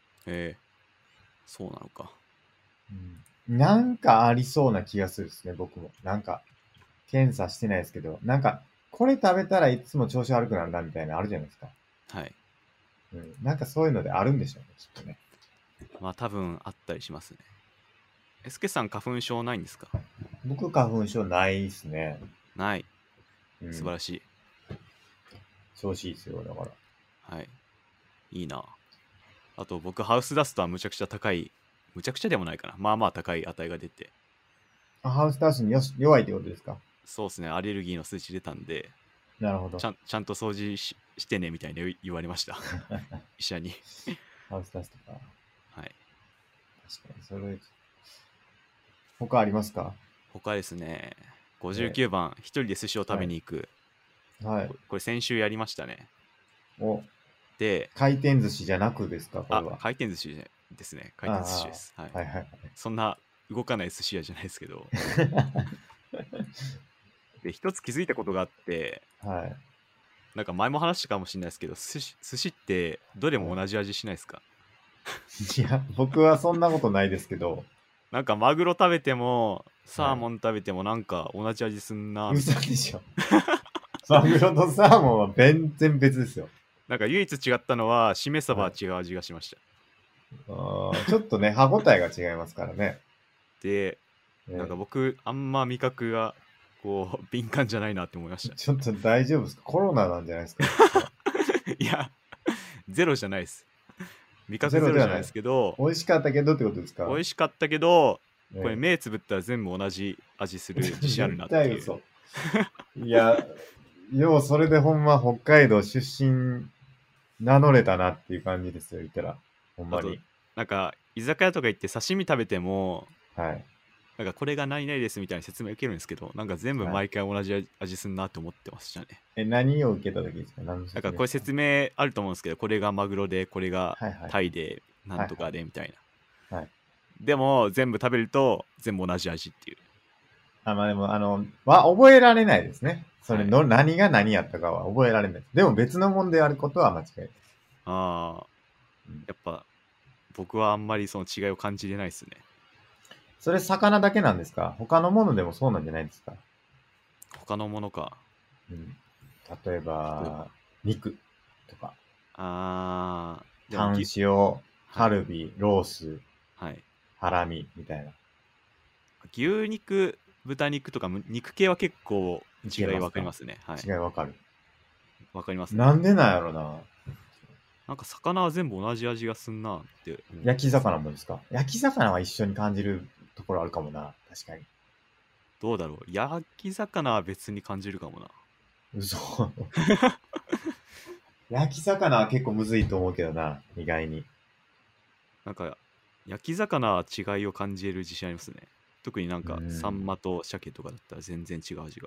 そうなのか。 うん。なんかありそうな気がするですね、僕も。なんか、検査してないですけど、なんか、これ食べたらいつも調子悪くなるな、みたいなのあるじゃないですか。 はい。 うん。なんかそういうのであるんでしょうね、きっとね。 まあ多分あったりしますね。エスケさん花粉症ないんですか？ 僕、花粉症ないですね。 ない。 うん。 素晴らしい。 調子いいですよ、だから。 はい。いいな。あと僕ハウスダストはむちゃくちゃ高い、むちゃくちゃでもないかな。まあまあ高い値が出て。 あ、ハウスダストに弱いってことですか？ そうですね。アレルギーの数値出たんで、 なるほど。 ちゃんと掃除してねみたいに言われました。医者に。 ハウスダストか。 はい。 確かに、他ありますか？ 他ですね。 え 59番、一人で寿司を食はい。 べに行く。 はい。 これ先週やりましたね。 お、 で、 回転寿司じゃなくですか、これは。 回転寿司ですね。回転寿司であす。はい。 あ、はいはいはい。 そんな動かない寿司屋じゃないですけど。で、一つ気づいたことがあって、 はい。 なんか前も話したかもしれないですけど、寿司ってどれもは同じ味しないですか？ い。いや、僕はそんなことないですけど、 なんかマグロ食べても、サーはい。 モン食べてもなんか同じ味すんなみたいな。 嘘でしょ。マグロとサーモンは全然別ですよ。 なんか唯一違ったのは、しめ鯖はい。 は違う味がしました。 ちょっとね、歯応えが違いますからね。 で、なんかね、 僕、あんま味覚が、こう、敏感じゃないなって思いました。 ちょっと大丈夫ですか？コロナなんじゃないですか？そしたら。 いや、ゼロじゃないです。味覚ゼロではない。 ゼロじゃないですけど、 美味しかったけどってことですか？ 美味しかったけど、これね、 目つぶったら全部同じ味する自信ある絶なっていう。 対嘘。いや、ようそれでほんま北海道出身名乗れたなっていう感じですよ、言ったら。ほんあと、 まに。 なんか、居酒屋とか行って刺身食べても、 はい。 なんかこれが何々ですみたいな説明受けるんですけど、なんか全部はい。 毎回同じ味すんなと思ってましたね。 何を受けた時ですか？何のなんか説明ですか？ これ説明あると思うんですけど、これがマグロで、これがはいはい。 タイで、なんとはいはい。 かでみたいな。 はい。 でも全部食べると全部同じ味っていう。 あ、まあでも、覚えられないですね。そはい。 れの何が何やったかは覚えられない。でも別のもんであることは間違いない。 ああ、 うん、 やっぱ僕はあんまりその違いを感じれないですね。 それ魚だけなんですか？他のものでもそうなんじゃないですか？ 他のものか。 うん。例え例えば。 ば、肉とか、 ああ、でもタン塩、 はい。 カルビ、ロース、 はい。 ハラミみたいな。 牛肉、豚肉とか肉系は結構違い分かりますね。はい。 違いわかる。 分かりますね。 なんでなんやろな。 なんか魚は全部同じ味がすんなって思う。 焼き魚もですか？焼き魚は一緒に感じるところあるかもな。確かに。 どうだろう。焼き魚は別に感じるかもな。 嘘。焼き魚は結構むずいと思うけどな。意外に。 なんか焼き魚は違いを感じる自信ありますね。特になんかサンマと鮭とかだったら全然違う味が。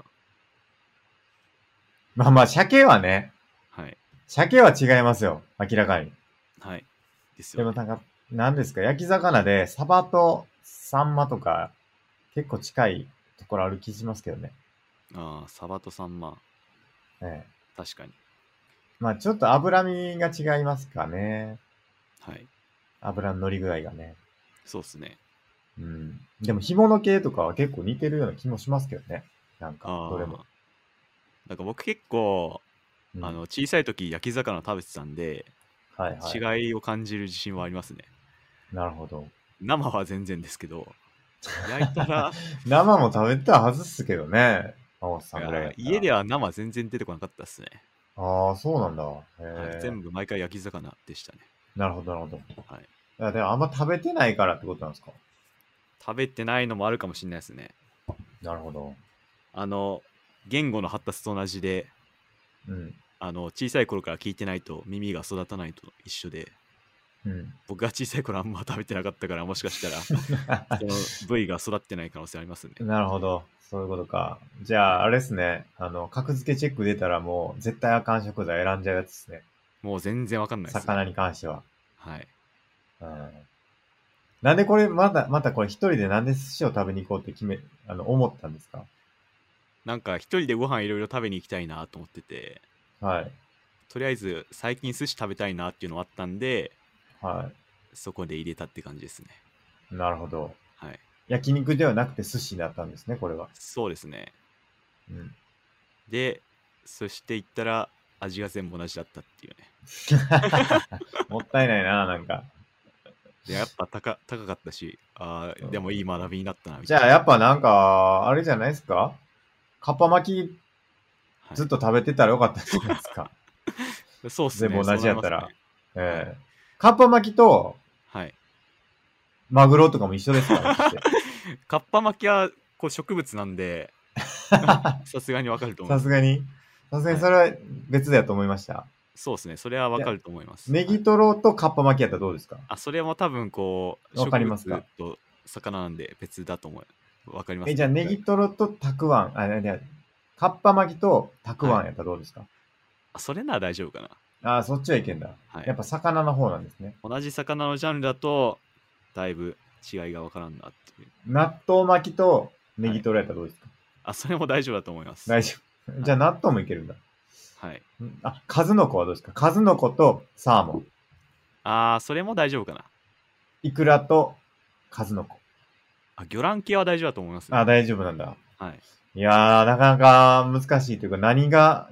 まあまあ、鮭はね。 はい。 鮭は違いますよ。明らかに。 はい。ですよ、ね。 でもなんか、何ですか？焼き魚でサバとサンマとか結構近いところある気しますけどね。 ああ、サバとサンマ。 ええ。 確かに。 まあちょっと脂身が違いますかね。 はい。 油の乗り具合がね。 そうっすね。 うん。でも干物系とかは結構似てるような気もしますけどね。なんか、どれも。 なんか僕結構、 うん、 小さい時焼き魚食べてたんで、 はいはい。 違いを感じる自信はありますね。 なるほど。 生は全然ですけど、焼いたら生も食べたはずっすけどね。マモスさんぐらいやったら。 家では生全然出てこなかったっすね。 ああ、そうなんだ。へはい、 え。 全部毎回焼き魚でしたね。 なるほど、なるほど。 はい、 いや、でもあんま食べてないからってことなんですか？ 食べてないのもあるかもしれないですね。 なるほど。 言語の発達と同じで、 うん。 小さい頃から聞いてないと耳が育たないと一緒で、 うん。 僕が小さい頃あんま食べてなかったから、もしかしたらその部位が育ってない可能性ありますね。 なるほど。そういうことか。じゃあ、あれですね。格付けチェック出たらもう絶対あかん食材選んじゃうやつですね。 もう全然わかんないですね。 魚に関しては。 はい。 うん。なんでこれ、またこれ一人でなんで寿司を食べに行こうって思ったんですか？ なんか一人でご飯いろいろ食べに行きたいなと思ってて、 はい。 とりあえず最近寿司食べたいなっていうのがあったんで、 はそこで入れたって感じですね。 い。なるほど。 はい。 焼肉ではなくて寿司だったんですね、これは。 そうですね。 うん。 で、そして行ったら味が全部同じだったっていうね。 もったいないな、なんか。 で、やっぱ高かったし、でもいい学びになったなみたいな。 じゃあ、やっぱなんか、あれじゃないですか？かっぱ巻きはい、 ずっと食べてたらよかったんじゃないですか？ そうっすね。 全部同じやったら。 そうなりますね。 ええかっぱ巻きと、 はい。 マグロとかも一緒ですか？って。 カッパ巻きはこう植物なんで、さすがにわかると思います。 さすがにそれは別だと思いました。 そうですね。それはわかると思います。 ネギトロとカッパ巻きやったらどうですか？ それも多分こう、 わか植りますか？ 物と魚なんで別だと思う。わかります、 じゃあネギトロとたくあん、カッパ巻きとたくあんやったらどうですか？ それなら大丈夫かな。 ああ、そっちはいけんだ。 はい、 やっぱ魚の方なんですね。 同じ魚のジャンルだと、だいぶ違いがわからんなっていう。 納豆巻きとネギトロやったらどうですか？ それも大丈夫だと思います。 大丈夫。じゃあ納豆もいけるんだ。 はい。 数の子はどうですか？数の子とサーモン。 それも大丈夫かな。 イクラと数の子。 魚卵系は大丈夫だと思います、ね。 大丈夫なんだ。 はい。 いやー、なかなか難しいというか、何が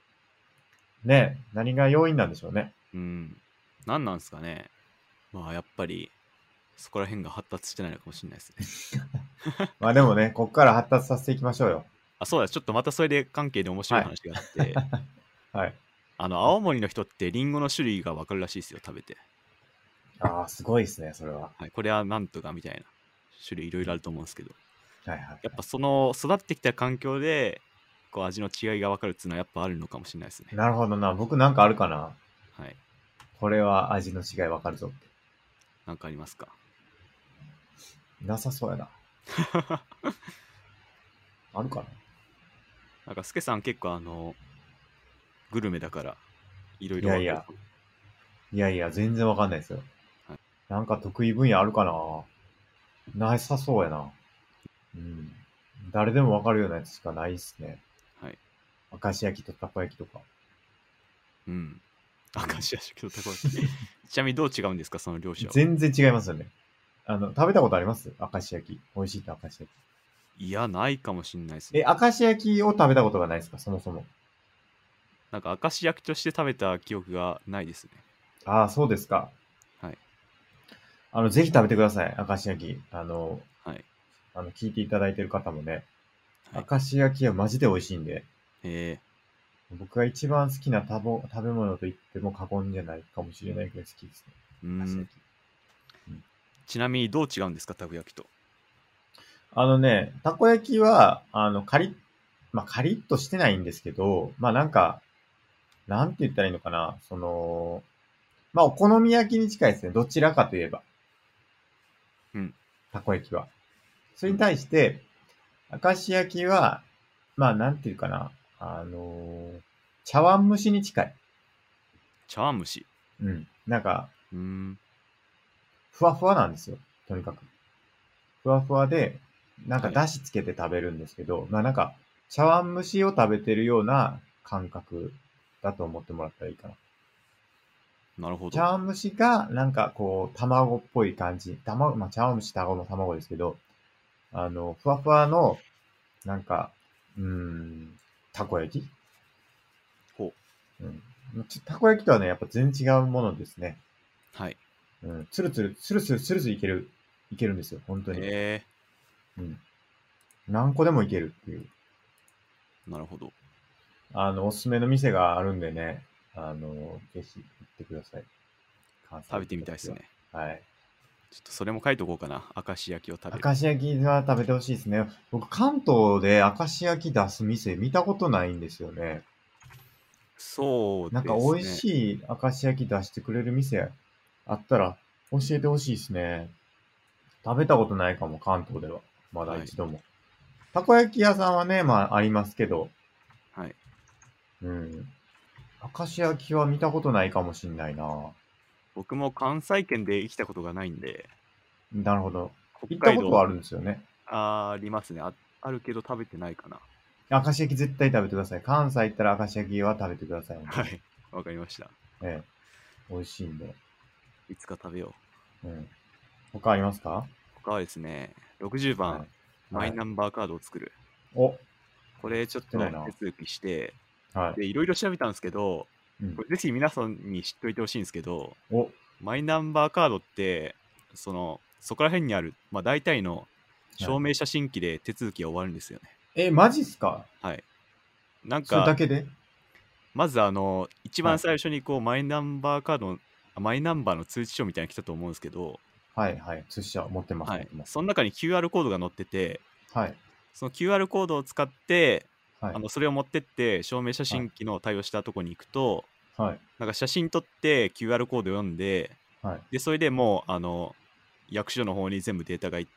要因なんでしょうね。 何なんですかね。まあ、やっぱり、そこら辺が発達してないのかもしれないですね。 まあでもね、こっから発達させていきましょうよ。 そうだ、ちょっとまたそれで関係で面白い話があって、 はい。 青森の人ってリンゴの種類が分かるらしいですよ、食べて。 すごいですね、それは。 はい、これはなんとかみたいな種類いろいろあると思うんですけど、 はいはい。 やっぱその育ってきた環境で、こう味の違いが分かるっていうのはやっぱあるのかもしれないですね。 なるほどな。僕なんかあるかな。 はい。 これは味の違いわかるぞって。 なんかありますか？ なさそうやな。あるかな。 なんか、スケさん結構グルメだから、いろいいやいろ分かる。 や、全然わかんないですよ。 はい、 なんか得意分野あるかな。なさそうやな。うん。誰でもわかるようなやつしかないっすね。 はい。 明石焼きとたこ焼きとか。 うん。明石焼きとたこ焼き。ちなみにどう違うんですか、その両者は。 全然違いますよね。食べたことあります明石焼き。美味しいって明石焼き。 いや、ないかもしんないですね。 明石焼きを食べたことがないですかそもそも。 なんか、明石焼きとして食べた記憶がないですね。 そうですか。 はい。 ぜひ食べてください。明石焼き。 はい。 聞いていただいてる方もね、 はい。 明石焼きはマジで美味しいんで、 え僕が一番好きな食べ物と言っても過言じゃないかもしれないくらい好きですね。 うーん。 明石焼き。うん、 ちなみにどう違うんですか、たこ焼きと。 たこ焼きは、カリッとしてないんですけど、まあなんか、なんて言ったらいいのかな、まあお好み焼きに近いですね。どちらかといえば、 うん。 たこ焼きは。それにうん。 対して、明石焼きは、まあなんていうかな、あのー茶碗蒸しに近い。 茶碗蒸し。 うん。なんか、 うーん。 ふわふわなんですよ。とにかく。ふわふわで、なんかはい。 出汁つけて食べるんですけど、まあなんか、茶碗蒸しを食べてるような感覚だと思ってもらったらいいかな。 なるほど。 茶碗蒸しが、なんかこう、卵っぽい感じ。まあ茶碗蒸しも卵ですけど、ふわふわの、なんか、うーん、たこ焼きほう。 うん。たこ焼きとはね、やっぱ全然違うものですね。 はい。 うん。つるつるいけるんですよ。本当に。 えうん。何個でもいけるっていう。 なるほど。 おすすめの店があるんでね、ぜひ行ってください。関西行っ食べてみた時は。 たいですね。 はい。 ちょっとそれも書いとこうかな。明石焼きを食べる。 明石焼きは食べてほしいですね。僕、関東で明石焼き出す店見たことないんですよね。 そうなんか美味ですね。 しい明石焼き出してくれる店あったら教えてほしいですね。食べたことないかも、関東では。まだはい。 一度も。たこ焼き屋さんはね、まあありますけど、 はい。 うん。明石焼きは見たことないかもしんないな。 僕も関西圏で生きたことがないんで、 なるほど。 北海道行ったことはあるんですよね。 ありますね。あるけど食べてないかな。 明石焼き絶対食べてください。関西行ったら明石焼きは食べてください、本当に。 はい。わかりました。 ええ。美味しいんで。 いつか食べよう。 うん。他ありますか？ 他はですね、60番、 はい。 マイはい。 ナンバーカードを作る。 お、 これちょっ作ってないな。 と手続きして、 はで、いろいろ調べたんですけど、 い。うん。 これぜひ皆さんに知っておいてほしいんですけど、 お、 マイナンバーカードって、そこら辺にある、まあ大体のはい。 証明写真機で手続きが終わるんですよね。 マジっすか？ はい。なんそれだか、 けで？ まず一はい。 番最初にこう、マイナンバーの通知書みたいなの来たと思うんですけど、 はい、はい。寿司は持ってます、 はい。 持ってます。 その中に QR コードが載ってて、 はい。 その QR コードを使って、 はい。 それを持ってって、証明写はい。 真機の対応したとこに行くと、 はい。 なんか写真撮って QR コード読んで、 はい。 で、それでもう、役所の方に全部データが行って、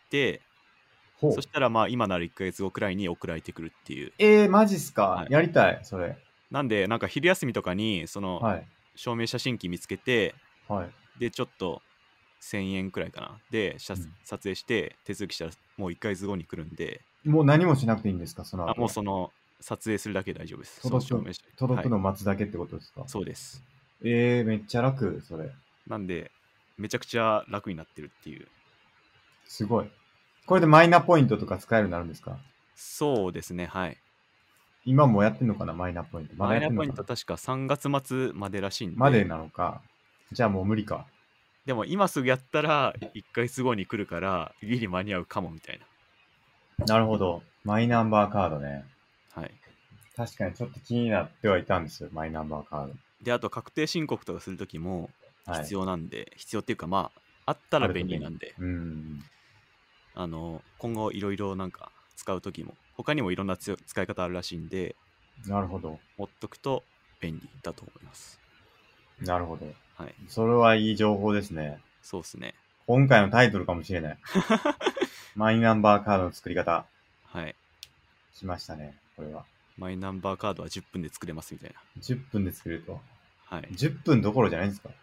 ほう。 そしたらまあ今なら1ヶ月後くらいに送られてくるっていう。 マジっすか？ はい。 やりたい、それ。 なんで、なんか昼休みとかに、 はい。 証明写真機見つけて、 はい。 で、ちょっと1000円くらいかな。で、 うん。 撮影して手続きしたらもう1ヶ月後に来るんで、 もう何もしなくていいんですか、そのあ、もう後は。 撮影するだけで大丈夫です。その証届く、 明書。 届くはい。 の待つだけってことですか？ そうです。 めっちゃ楽、それ。 なんで、めちゃくちゃ楽になってるっていう。 すごい。これでマイナポイントとか使えるようになるんですか？ そうですね、はい。 今もうやってんのかな、マイナポイント。まだマイナポインやってんのかな？ ト確か3月末までらしいんまでで、 なのか。じゃあもう無理か。 でも今すぐやったら1ヶ月後に来るから、ギリ間に合うかもみたいなるほど。マイナンバーカードね。 な。はい。 確かにちょっと気になってはいたんですよ、マイナンバーカーで、あと確定申告とかするときもド。はい。 必要なんで、必要っていうかまあ、あったらあると便利。 便利なんで、 うん。 今後いろいろなんか使うときも、他にもいろんな使い方あるらしいんで、 なるほど。 持っとくと便利だと思います。 なるほど。 はい。 それはいい情報ですね。 そうですね。 今回のタイトルかもしれない。マイナンバーカードの作り方。 はい。 来ましたね、これは。 マイナンバーカードは10分で作れますみたいな。 10分で作れると。 はい。 10分どころじゃないんですか？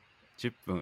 10分、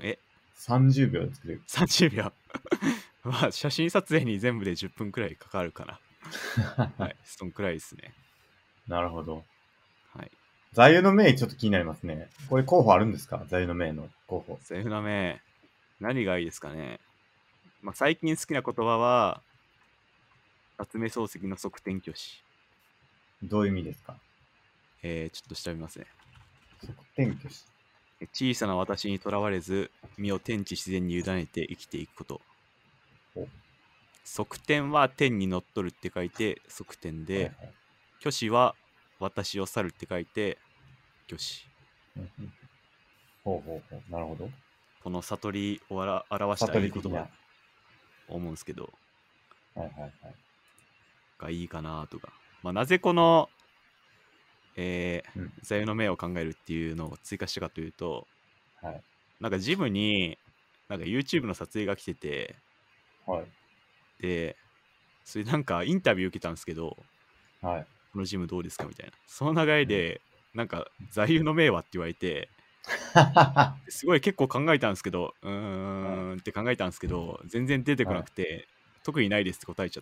30 秒で作れる。 30秒。まあ、写真撮影に全部で10分くらいかかるかな。はい。そんくらいですね。 なるほど。 はい。 座右の銘ちょっと気になりますね。これ候補あるんですか？座右の銘の候補。 セーフな目、何がいいですかね。まあ、最近好きな言葉は、夏目漱石の側転挙詞。 どういう意味ですか？ ちょっと調べますね。 側転挙詞。 小さな私にとらわれず、身を天地自然に委ねて生きていくこと。 お側天は天にのっとるって書いて側天で、 はいはい。 虚子は私を去るって書いて虚子。 うんうんほうほうほう。なるほど。 この悟りを表した悟いい言葉り的な。 思うんですけど、 はいはいはい。 がいいかなとか。まあ、なぜこの、 うん。 座右の銘を考えるっていうのを追加したかというと、 はい。 なんかジムになんか YouTube の撮影が来てて、 はい。 で、それなんかインタビュー受けたんですけど、 はい。 このジムどうですかみたいな。その流れうん。 で、なんか座右の銘はって言われて、 はすごい結構考えたんですけど、 い。 って考えたんですけど、全然出てこはい。 なくて、特にないですって答えちゃって、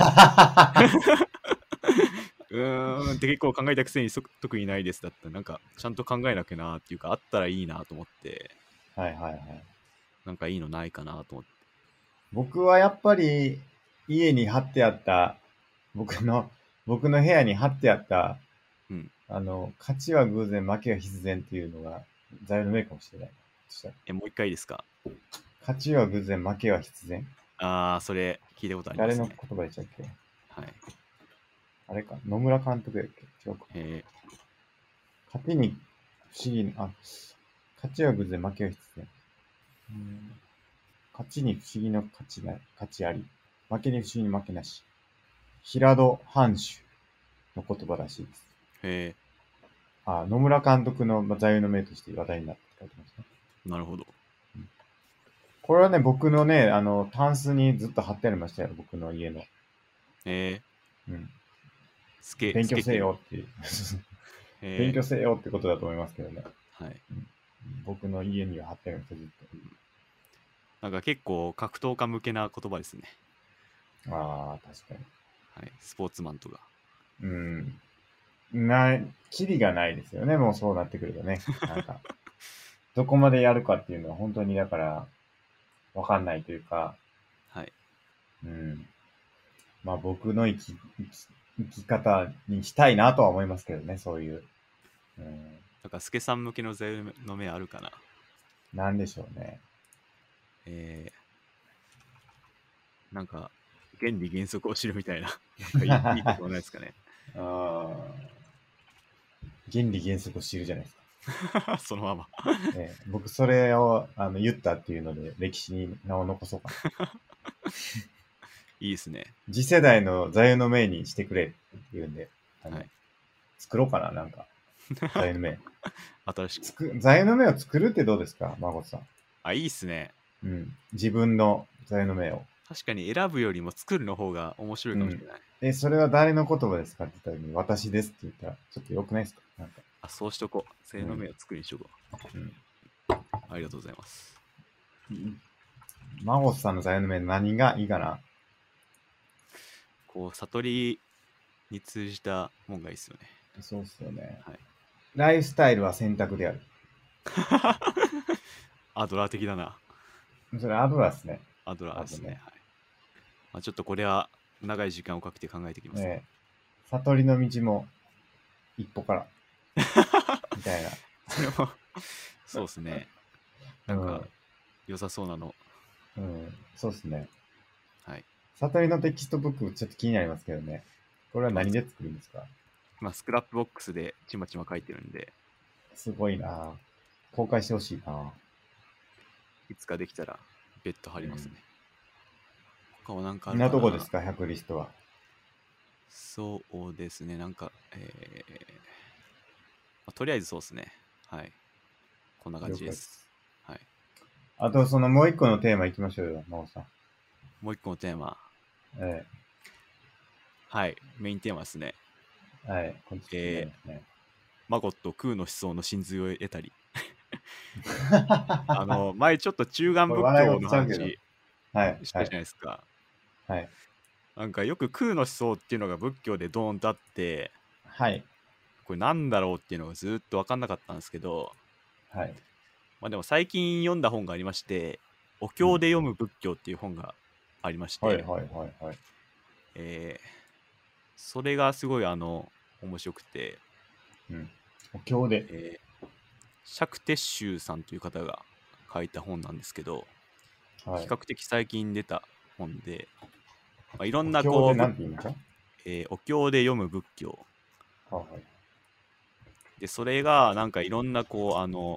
って結構考えたくせに特にないですだったら、なんかちゃんと考えなきゃなっていうか、あったらいいなと思って、 はいはいはい。 なんかいいのないかなと思って。 僕はやっぱり家に貼ってあった、僕の、僕の部屋に貼ってあった、 うん。 勝ちは偶然、負けは必然っていうのが座右の銘かもしれない。そしたらもう一回いいですか？ 勝ちは偶然、負けは必然。 それ聞いたことありま誰のすね。 言葉でしたっけ？ はい。 あれか。野村監督やっけ？違うか。 え勝ちに不思議な、勝ちは偶然、負けは必然。うん勝ちに不思議の勝ちな、勝ちあり。負けに不思議に負けなし。平戸藩主の言葉らしいです。 え野村監督の座右の銘として話題になって書いてますね。 なるほど。 これはね、僕のね、タンスにずっと貼ってありましたよ。僕の家の。 えうん。 ー、 勉強せ透けてる。 よっていう。勉え強せよってことだと思いますけどね。 はい。 うん僕の家には貼ってあるんですよ、ずっなんか結構格闘家向けな言葉ですね。 と。ああ、確かに。 はい。スポーツマンとか。 うん。キリがないですよね、もうそうなってくるとね。なんか、どこまでやるかっていうのは本当にだから、わかんないというか、 はい。 うん。まあ僕の生き方にしたいなとは思いますけどね、そういう。うん。 なんか、スケさん向けの座右の銘あるかな？ なんでしょうね。 えなんか、原理原則を知るみたいな。なんかいい言葉ないですかね。 あ原理原則を知るじゃないですか。 そのまま。 僕それを言ったっていうので歴史に名を残そうかな。 いいですね。 次世代の座右の銘にしてくれって言うんで、 はい。 作ろうかな、なんか。座右の銘。 新しく。 座右の銘を作るってどうですか、孫さん。 いいっすね。 うん。自分の座右の銘を。 確かに選ぶよりも作るの方が面白いかもしれない。 それは誰の言葉ですかって言った時に、私ですって言ったら、ちょっと良くないですかなんか。 そうしとこう。座右の銘を作りにしとこう。 うん。 ありがとうございます。 孫さんの座右の銘何がいいかな？ こう、悟りに通じたもんがいいっすよね。 そうっすよね。 はい。 ライフスタイルは選択である。 アドラー的だな。 それアドラーっすね。 アドラーですね。 多分ねはい。ちょっとこれは長い時間をかけて考えてきますね。 悟りの道も一歩から。みたいな。 それも、そうですね。なんかうん、 良さそうなの。 そうっすね。 はい。 悟りのテキストブックちょっと気になりますけどね。これは何で作るんですか？ スクラップボックスでちまちま書いてるんで、 すごいな公開してほしいないつかできたら別途貼りますね。他はなんかあこんなるかな。 とこですか、100リストは。 そうですね。なんか、とりあえずそうですね。はい。こんな感じです。はい。 あと、そのもう一個のテーマいきましょうよ、真央さん。 もう一個のテーマ。 えはい。メインテーマですね。 はい。こっち気になりますね。 マゴット空の思想の真髄を得たり。前ちょっと中眼仏これ笑い教の事ちゃうけど。 話はい。 したじゃないですか。 はい。 なんかよく空の思想っていうのが仏教でドーンとあって、 はい。 これなんだろうっていうのがずっと分かんなかったんですけど、 はい。 でも最近読んだ本がありまして、お経で読む仏教っていう本がありまして、 はいはいはいはい。 それがすごい面白くて、 お経で。 釈徹宗さんという方が書いた本なんですけど、 はい。 比較的最近出た本で、いろんお経でなこう、 なんて言うんですか？ お経で読む仏教はい。 で、それがなんかいろんなこう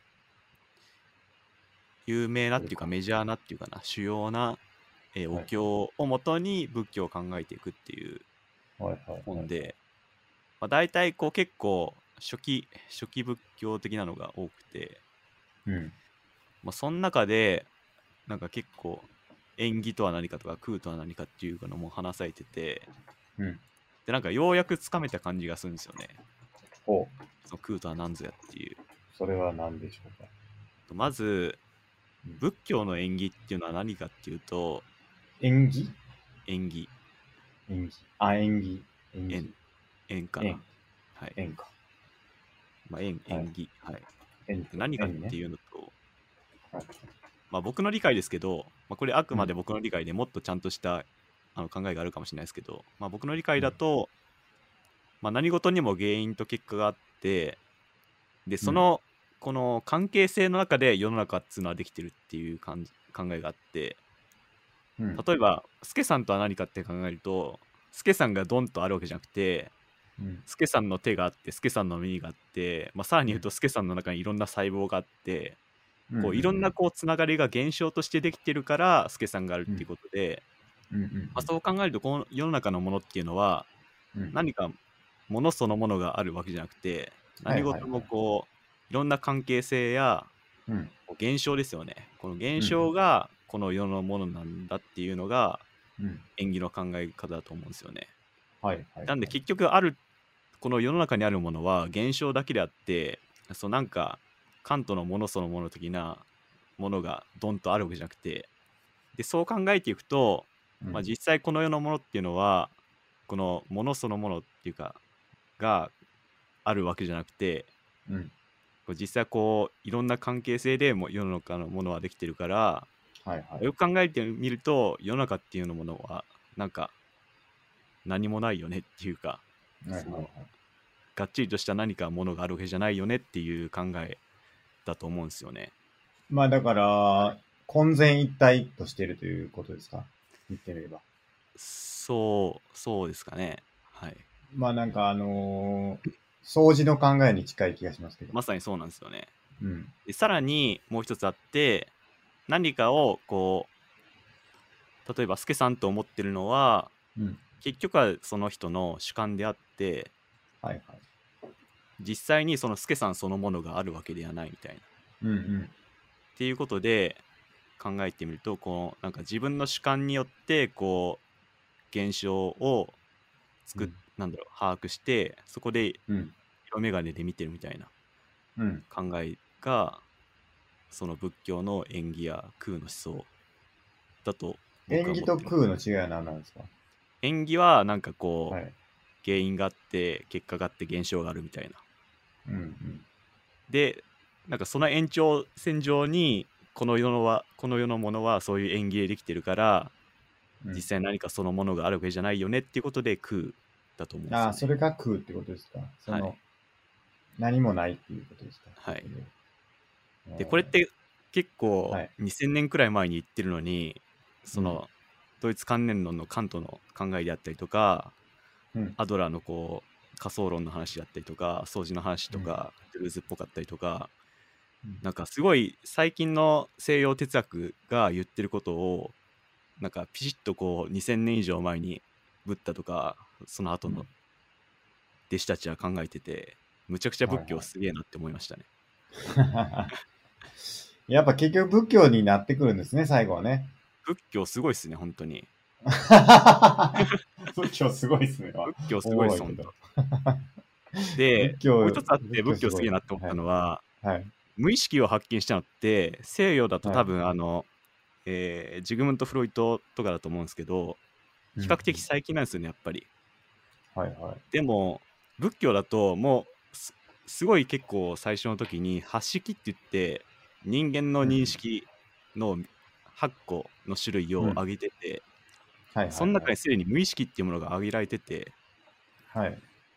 有名なっていうかメジャーなっていうかな、主要な、おはい。 経をもとに仏教を考えていくっていうはい。はい。はい。 本で、大体こう結構初期仏教的なのが多くて、 うん。 その中でなんか結構縁起とは何かとか空とは何かっていうのも話されてて、 うん。 でなんかようやくつかめた感じがするんですよね。 ほう。 その空とは何ぞやっていう。 それは何でしょうか？ まずうん仏教の縁起っていうのは何かっていうと、 縁起縁起、 縁起。あ、縁起。縁縁、 起。 縁かな。 縁。 はい。 縁か。 縁、 はい。 縁起。はい。 縁って、 何かっ縁ね。 ていうのと、 はい。 僕の理解ですけど、これあくうん。 まで僕の理解でもっとちゃんとした考えがあるかもしれないですけど、僕の理解うん。 だと、何事にも原因と結果があって、で、 うん。 この関係性の中で世の中っていうのはできてるっていう考えがあって、 うん。 例えば、スケさんとは何かって考えると、スケさんがドンとあるわけじゃなくて、 うん。 スケさんの手があって、スケさんの耳があって、さらにうん。 言うと、スケさんの中にいろんな細胞があって、 うん。うん。 いろんなつながりが現象としてできてるから、スケさんがあるうん。 っていうことで、 うん。うん。 そう考えると、この世の中のものっていうのは、 うん。 何かものそのものがあるわけじゃなくて、 はい。はい。 何事もはい。 いろんな関係性やうん。 現象ですよね。この現うん。 象がこの世のものなんだっていうのがうん。 縁起の考え方だと思うんですよね。 はい。はい。 なんではい。 結局この世の中にあるものは現象だけであって、なんかカントのものそのもの的なものがドンとあるわけじゃなくて、でそう考えていくと、 うん。 実際この世のものっていうのはこのものそのものっていうかがあるわけじゃなくて、 うん。 実際いろんな関係性でも世の中のものはできてるから、 はい。はい。 よく考えてみると世の中っていうのものはなんか何もないよねっていうか、 はい。はい。はい。 がっちりとした何かものがあるわけじゃないよねっていう考えだと思うんですよね。 まあだから、混然一体としているということですか？言ってみれば。 そうですかね。はい。 まあなんか掃除の考えに近い気がしますけど。 まさにそうなんですよね。 うん。 でさらにもう一つあって、何かを例えばスケさんと思ってるのはうん。 結局はその人の主観であって、 はいはい。 実際にそのスケさんそのものがあるわけではないみたいな。 うんうん。 っていうことで考えてみると、なんか自分の主観によって現象をうん。 把握して、そこでうん。 色眼鏡で見てるみたいなうん。 考えが、その仏教の縁起や空の思想だと僕縁起とは思ってます。 空の違いは何なんですか？ 縁起はなんかはい。 原因があって結果があって現象があるみたいな。 うんうん。 で、なんかその延長線上にこの世のものはそういう縁起でできてるから、 うん。 実際何かそのものがあるわけじゃないよねっていうことで空だと思うんですああ、 よね。 それが空ってことですか？ はい。 何もないっていうことですか？ はい。 それで、これって結構はい。 2000年くらい前に言ってるのに、 うん。 ドイツ関連論のカントの考えであったりとか、 うん。 アドラーの仮想論の話だったりとか、掃除の話うん。 とか、ドゥルーズっぽかったりとか、 うんなんかすごい最近の西洋哲学が言ってることを、なんかピシッと2000年以上前にブッダとかその後の弟子たちは考えてて、むちゃくちゃ仏教はいはすげえなって思いましたね。 い。やっぱ結局仏教になってくるんですね、最後はね。 仏教すごいっすね、本当に。 仏教すごいっすね。 仏教すおごいっす、 もろいけど。 本当。で、もう一つあって仏教す仏教すごい。 げえなって思っはい。 たのは、 はい。 無意識を発見したのって、西洋だとはい。 多分ジグムント・フロイトとかだと思うんですけど、 うんうん。 比較的最近なんですよね、やっぱり。 はいはい。 でも、仏教だともうすごい結構最初の時に八式って言って、人間のうん認識の8個の種類うん。 をうん。 挙げてて、 はいはいはい。 その中にすでに無意識っていうものが挙げられてて、 はい。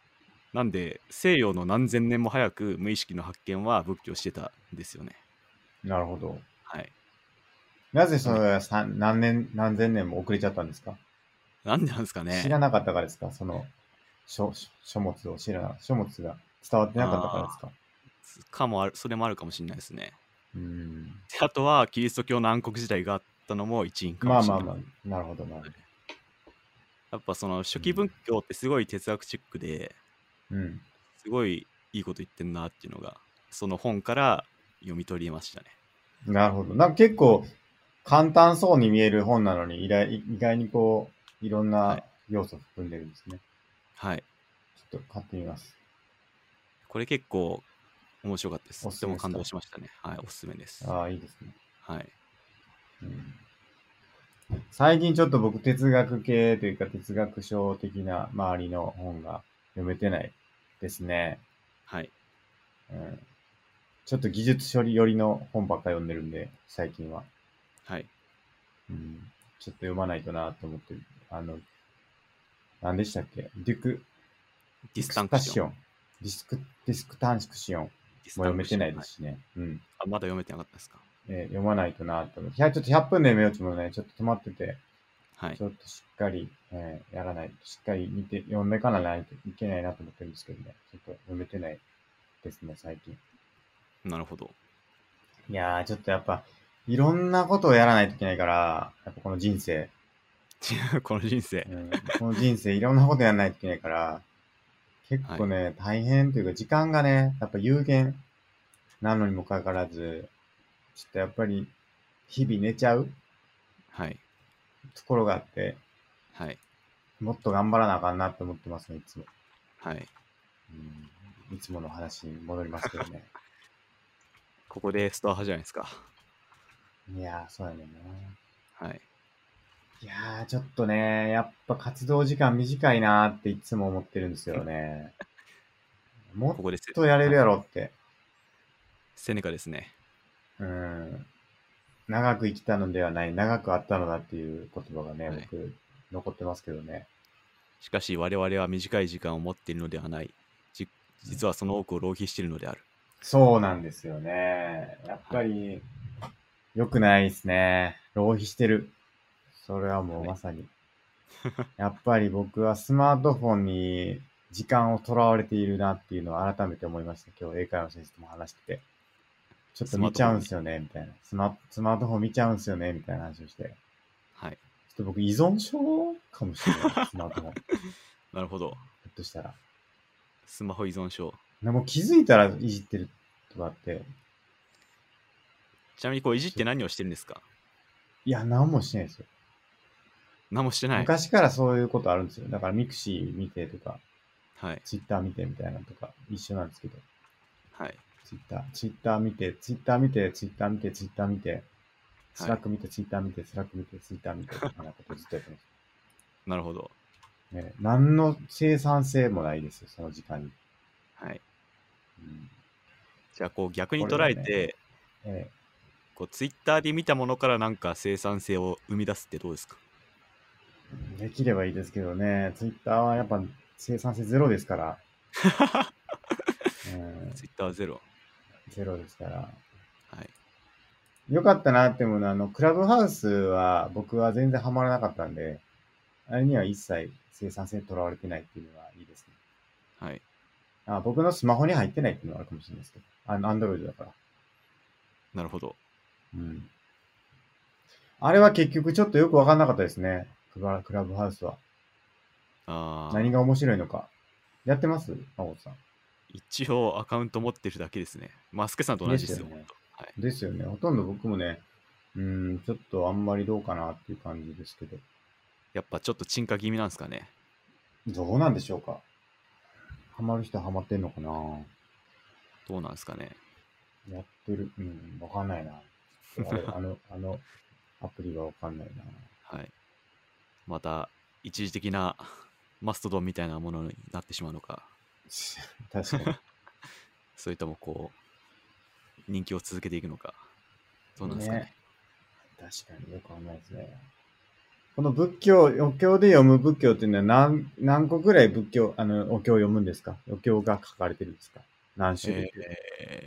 なんで西洋の何千年も早く無意識の発見は仏教してたんですよね。 なるほど。 はい。 なぜそなんで、 れが何千年も遅れちゃったんですか？ なんでなんですかね。 知らなかったからですか？その書物を書物が伝わってなかったからですあか？ それもあるかもしれないですね。 うーん。 であとはキリスト教の暗黒時代があったのも一因かもしれない。 まあまあまあ、なるほど、なるほど。 やっぱその初期うん。 仏教ってすごい哲学チックで、 うん。 すごいいいこと言ってんなっていうのが、その本から読み取りましたね。 なるほど。なんか結構簡単そうに見える本なのに、意外にこう、いろんなはい。 要素を含んでるんですね。 はい。 ちょっと買ってみます。 これ結構面白かったです。 おとても感動すすめですか？ しましたね。はい。おすすめです。 ああ、いいですね。 はい。 うん、最近ちょっと僕哲学系というか哲学書的な周りの本が読めてないですね。 はい。 うん、ちょっと技術処理寄りの本ばっか読んでるんで、最近は。 はい。 うん、ちょっと読まないとなと思ってる。何でしたっけ？ディスディスタンクション。 タシオン。ディスクタンシオンもディスタ読めてンクション。はい。 ないですしね。うん。 あ、まだ読めてなかったですか？ 読まないとなと思って。ちょっと100分で読めようともね、ちょっと止まってて、 はい。 ちょっとしっかり、やらないと、しっかり読んでかないといけないなと思ってるんですけどね。ちょっと読めてないですね、最近。 なるほど。 いやー、ちょっとやっぱ、いろんなことをやらないといけないから、やっぱこの人生、 この人生。 この人生いろんなことやらないといけないから、結はい。 構ね、大変というか、時間がね、やっぱ有限なのにもかかわらず、ちょっとやっぱり、日々寝ちゃうはい。 ところがあって、 はい。 もっと頑張らなあかんなって思ってますね、いつも。 はい。 いつもの話に戻りますけどね。 ここでストア派じゃないですか。 いやー、そうやねんな。 はい。 いやー、ちょっとね、やっぱ活動時間短いなーっていつも思ってるんですよね。もっここです。 とやれはい。 るやろって。 セネカですね。 うん。長く生きたのではない、長くあったのだっていう言葉がね、 はい。 僕、残ってますけどね。 しかし我々は短い時間を持っているのではない。じ実はその多くを浪費しているのである。 そうなんですよね。やっはい。 ぱり、良くないですね。浪費してる。それはもうはい。 まさに。やっぱり僕はスマートフォンに時間を囚われているなっていうのを改めて思いました。今日英会話の先生とも話してて。ちょっとスマー見トフォンに。 ちゃうんすよね、みたいな。スマートフォン見ちゃうんすよね、みたいな話をして。ちょはい。 っと僕依存症かもしれない。スマートフォン。ひなるほど。 ょっとしたら。 スマホ依存症。 もう気づいたらいじってるとかあって、 ちなみにこういじっちょて何をしてるんですか？ いや、何もしてないですよ。 何もしてない。 昔からそういうことあるんですよ。だからミクシー見てとか、 はい。 ツイッター見てみたいなのとか一緒なんですけど、 はい。 ツイッター見て、ツイッター見て、ツイッター見て、ツイッター見て、スはい。 ラック見て、ツイッター見て、スラック見て、ツイッター見て、みたいなことをずっとやってます。 なるほど。 ね、何の生産性もないですよ、その時間に。 はい。 うん、 じゃあこう逆に捉これがね、 えて、 えこうツイッターで見たものからなんか生産性を生み出すってどうですか？ できればいいですけどね、ツイッターはやっぱ生産性ゼロですから、うん、 ツイッターはゼロ。 ゼロですから。 はい。 よかったなって思うのは、クラブハウスは僕は全然ハマらなかったんで、あれには一切生産性にとらわれてないっていうのはいいですね。 はい。 僕のスマホに入ってないっていうのはあるかもしれないですけど、アンドロイドだから。 なるほど。 うん。あれは結局ちょっとよくわかんなかったですね。クラブハウスは。何ああ、 が面白いのか。やってますまこさん。 一応アカウント持ってるだけですね。マスケさんと同じですよ、本ですよね。 当。はい。 ですよね。ほとんど僕もね、ちょっとあんまりどうかなっていう感じですけど。 やっぱちょっと沈下気味なんですかね。 どうなんでしょうか。ハマる人はハマってんのかな。 どうなんですかね。 やってる。わかんないな。ちょっとあのアプリがわかんないな。 はい。また一時的なマストドンみたいなものになってしまうのか、 確かに。 それともこう、人気を続けていくのか、どうなんですかね。 ね。 確かによくわかんないですね。 この仏教、お経で読む仏教っていうのは何個ぐらい仏教、お経を読むんですか？お経が書かれてるんですか？何種類っていうか。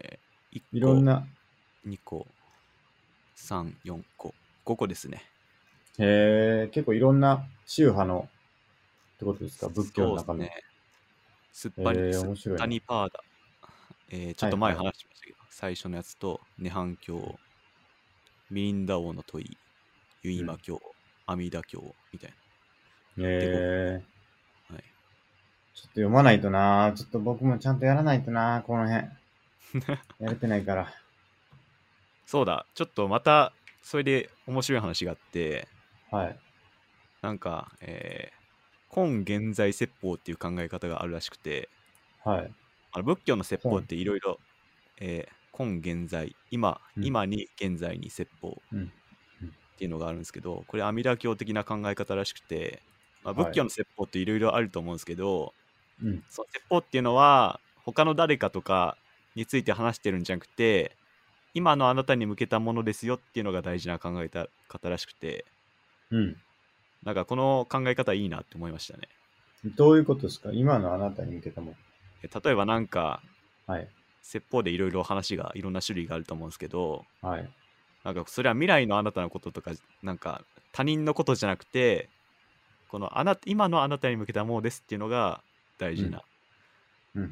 1 いろん個、 な、 2個、3、4個、5個ですね。 結構いろんな宗派のってことですか？仏教の中の。 そうですね。スッ面白いな。 タニパーダ。ちょっと前はいはい。 話しましたけど、最初のやつと、涅槃経、ミリンダ王の問い、ユイうん。 マ経、阿弥陀経みたいな。で、5 え個。はい。 ちょっと読まないとな。ちょっと僕もちゃんとやらないとな、この辺。やれてないから。 そうだ、ちょっとまた、それで面白い話があって、 はい。 なんか、根現在説法っていう考え方があるらしくて、 はい。 仏教の説法っ本。 ていろいろ、根現在、今、 うん。 今に現在に説法うん。 っていうのがあるんですけど、これ阿弥陀経的な考え方らしくて、仏はい。 教の説法っていろいろあると思うんですけど、 うん。 その説法っていうのは他の誰かとかについて話してるんじゃなくて、今のあなたに向けたものですよっていうのが大事な考え方らしくて、 うん。 なんかこの考え方いいなって思いましたね。 どういうことですか？今のあなたに向けたもの。 例えばなんかはい。 説法でいろいろ話がいろんな種類があると思うんですけど、 はい。 なんかそれは未来のあなたのこととか、なんか他人のことじゃなくて、この今のあなたに向けたものですっていうのが大うん。 事なうん。うん。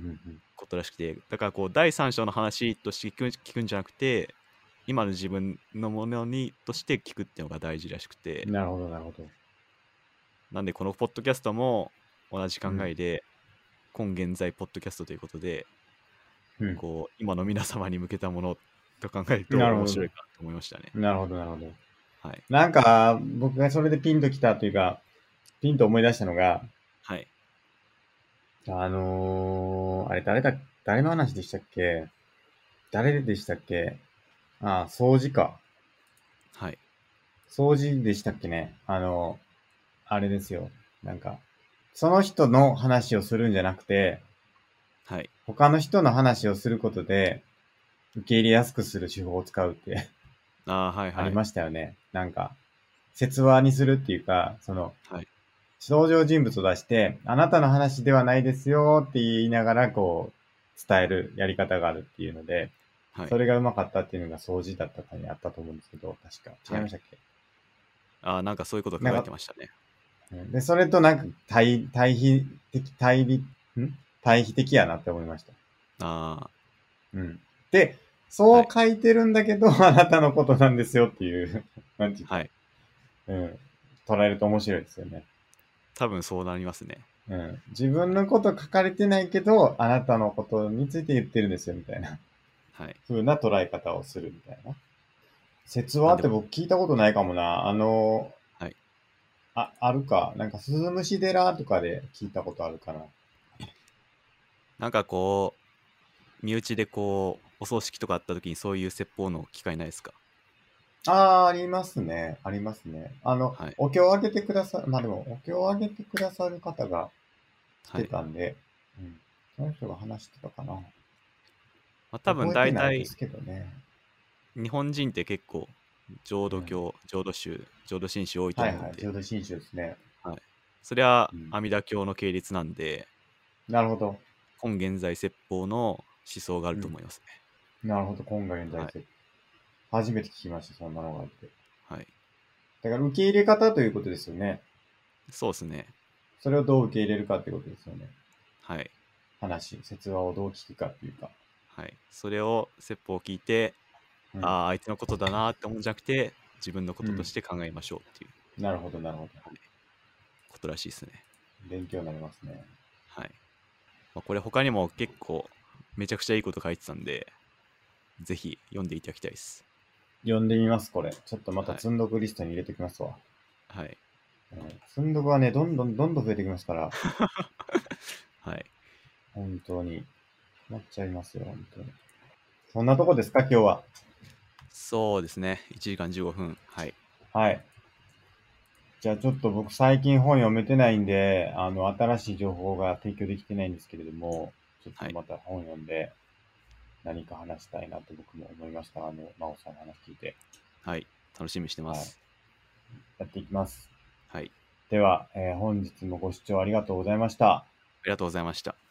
ことらしくて、だからこう第三章の話として聞くんじゃなくて、今の自分のものにとして聞くっていうのが大事らしくて、 なるほど、なるほど。 なんでこのポッドキャストも同じ考うん。 えで、今現在ポッドキャストということで、 うん。 こう今の皆様に向けたものと考えるとなるほど。 面白いかなと思いましたね。 なるほど、なるほど。 はい。 なんか、僕がそれでピンときたというか、ピンと思い出したのが、 はい。 あれ誰の話でしたっけ？誰でしたっけ？掃除か。 はい。 掃除でしたっけね。あれですよ。なんか、その人の話をするんじゃなくて、 はい。 他の人の話をすることで、受け入れやすくする手法を使うってはいはい。 ありましたよね。なんか、説話にするっていうか、 はい。 登場人物を出して、あなたの話ではないですよって言いながら、こう、伝えるやり方があるっていうので、 はい。 それがうまかったっていうのが掃除だったかにあったと思うんですけど、確か。違いはい。 ましたっけ？ なんかそういうこと書かれなんか、 てましたね。 で、それとなんか対比的やなって思いました。 あうん。で、そはい。 う書いてるんだけど、あなたのことなんですよっていう、なんていうか、 はい。 うん。捉えると面白いですよね。 多分そうなりますね。 うん。自分はい。 のこと書かれてないけど、あなたのことについて言ってるんですよ、みたいなはい。 風な捉え方をするみたいな。説話なんで、 って僕聞いたことないかもな。 はい。 あるか。なんか、鈴虫寺とかで聞いたことあるかな。 なんかこう、身内でこう、お葬式とかあった時にそういう説法の機会ないですか？ ありますね。ありますね。 はい。 お経をあげてくださる、まあでも、お経をあげてくださる方が来てはい。 たんで、うん。その人が話してたかな。 多分覚えて大体、 ないですけどね。 日本人って結構、浄うん。 土教、浄土宗、浄土真宗多いとはいはい。 思うんで、 浄土真宗ですね。 はい。それはうん。 阿弥陀経の系列なんで、 なるほど。 今現在説法の思想があるうん。 と思いますね。 なるほど。今回現在はい。 説。初めて聞きました、そんなのがあって。 はい。 だから受け入れ方ということですよね。 そうですね。 それをどう受け入れるかってことですよね。 はい。 説話をどう聞くかっていうか。 はい。それを説法を聞いて、 うん。 相手のことだなって思うんじゃなくて、自分のこうん。 ととして考えましょうっていう、 なるほど、なるほど。 はい、ことらしいですね。 勉強になりますね。 はい。これ他にも結構めちゃくちゃいいこと書いてたんで、ぜひ読んでいただきたいです。 読んでみます、これ。ちょっとまたはい。 積んどくリストに入れておきますわ。 はい。 うん、積んどくはね、どんどん増えてきますから、 はい。 本当に。困っちゃいますよ、本当に。そんなとこですか、今日は。 そうですね。1時間15分。はい。 はい。じゃあちょっと僕最近本読めてないんで、新しい情報が提供できてないんですけれども、ちょっはい。 とまた本読んで何か話したいなと僕も思いました。真央さんの話聞いて。 はい。楽しみにしてまはい。 す。 やっていきます。 はい。 では、本日もご視聴ありがとうございました。 ありがとうございました。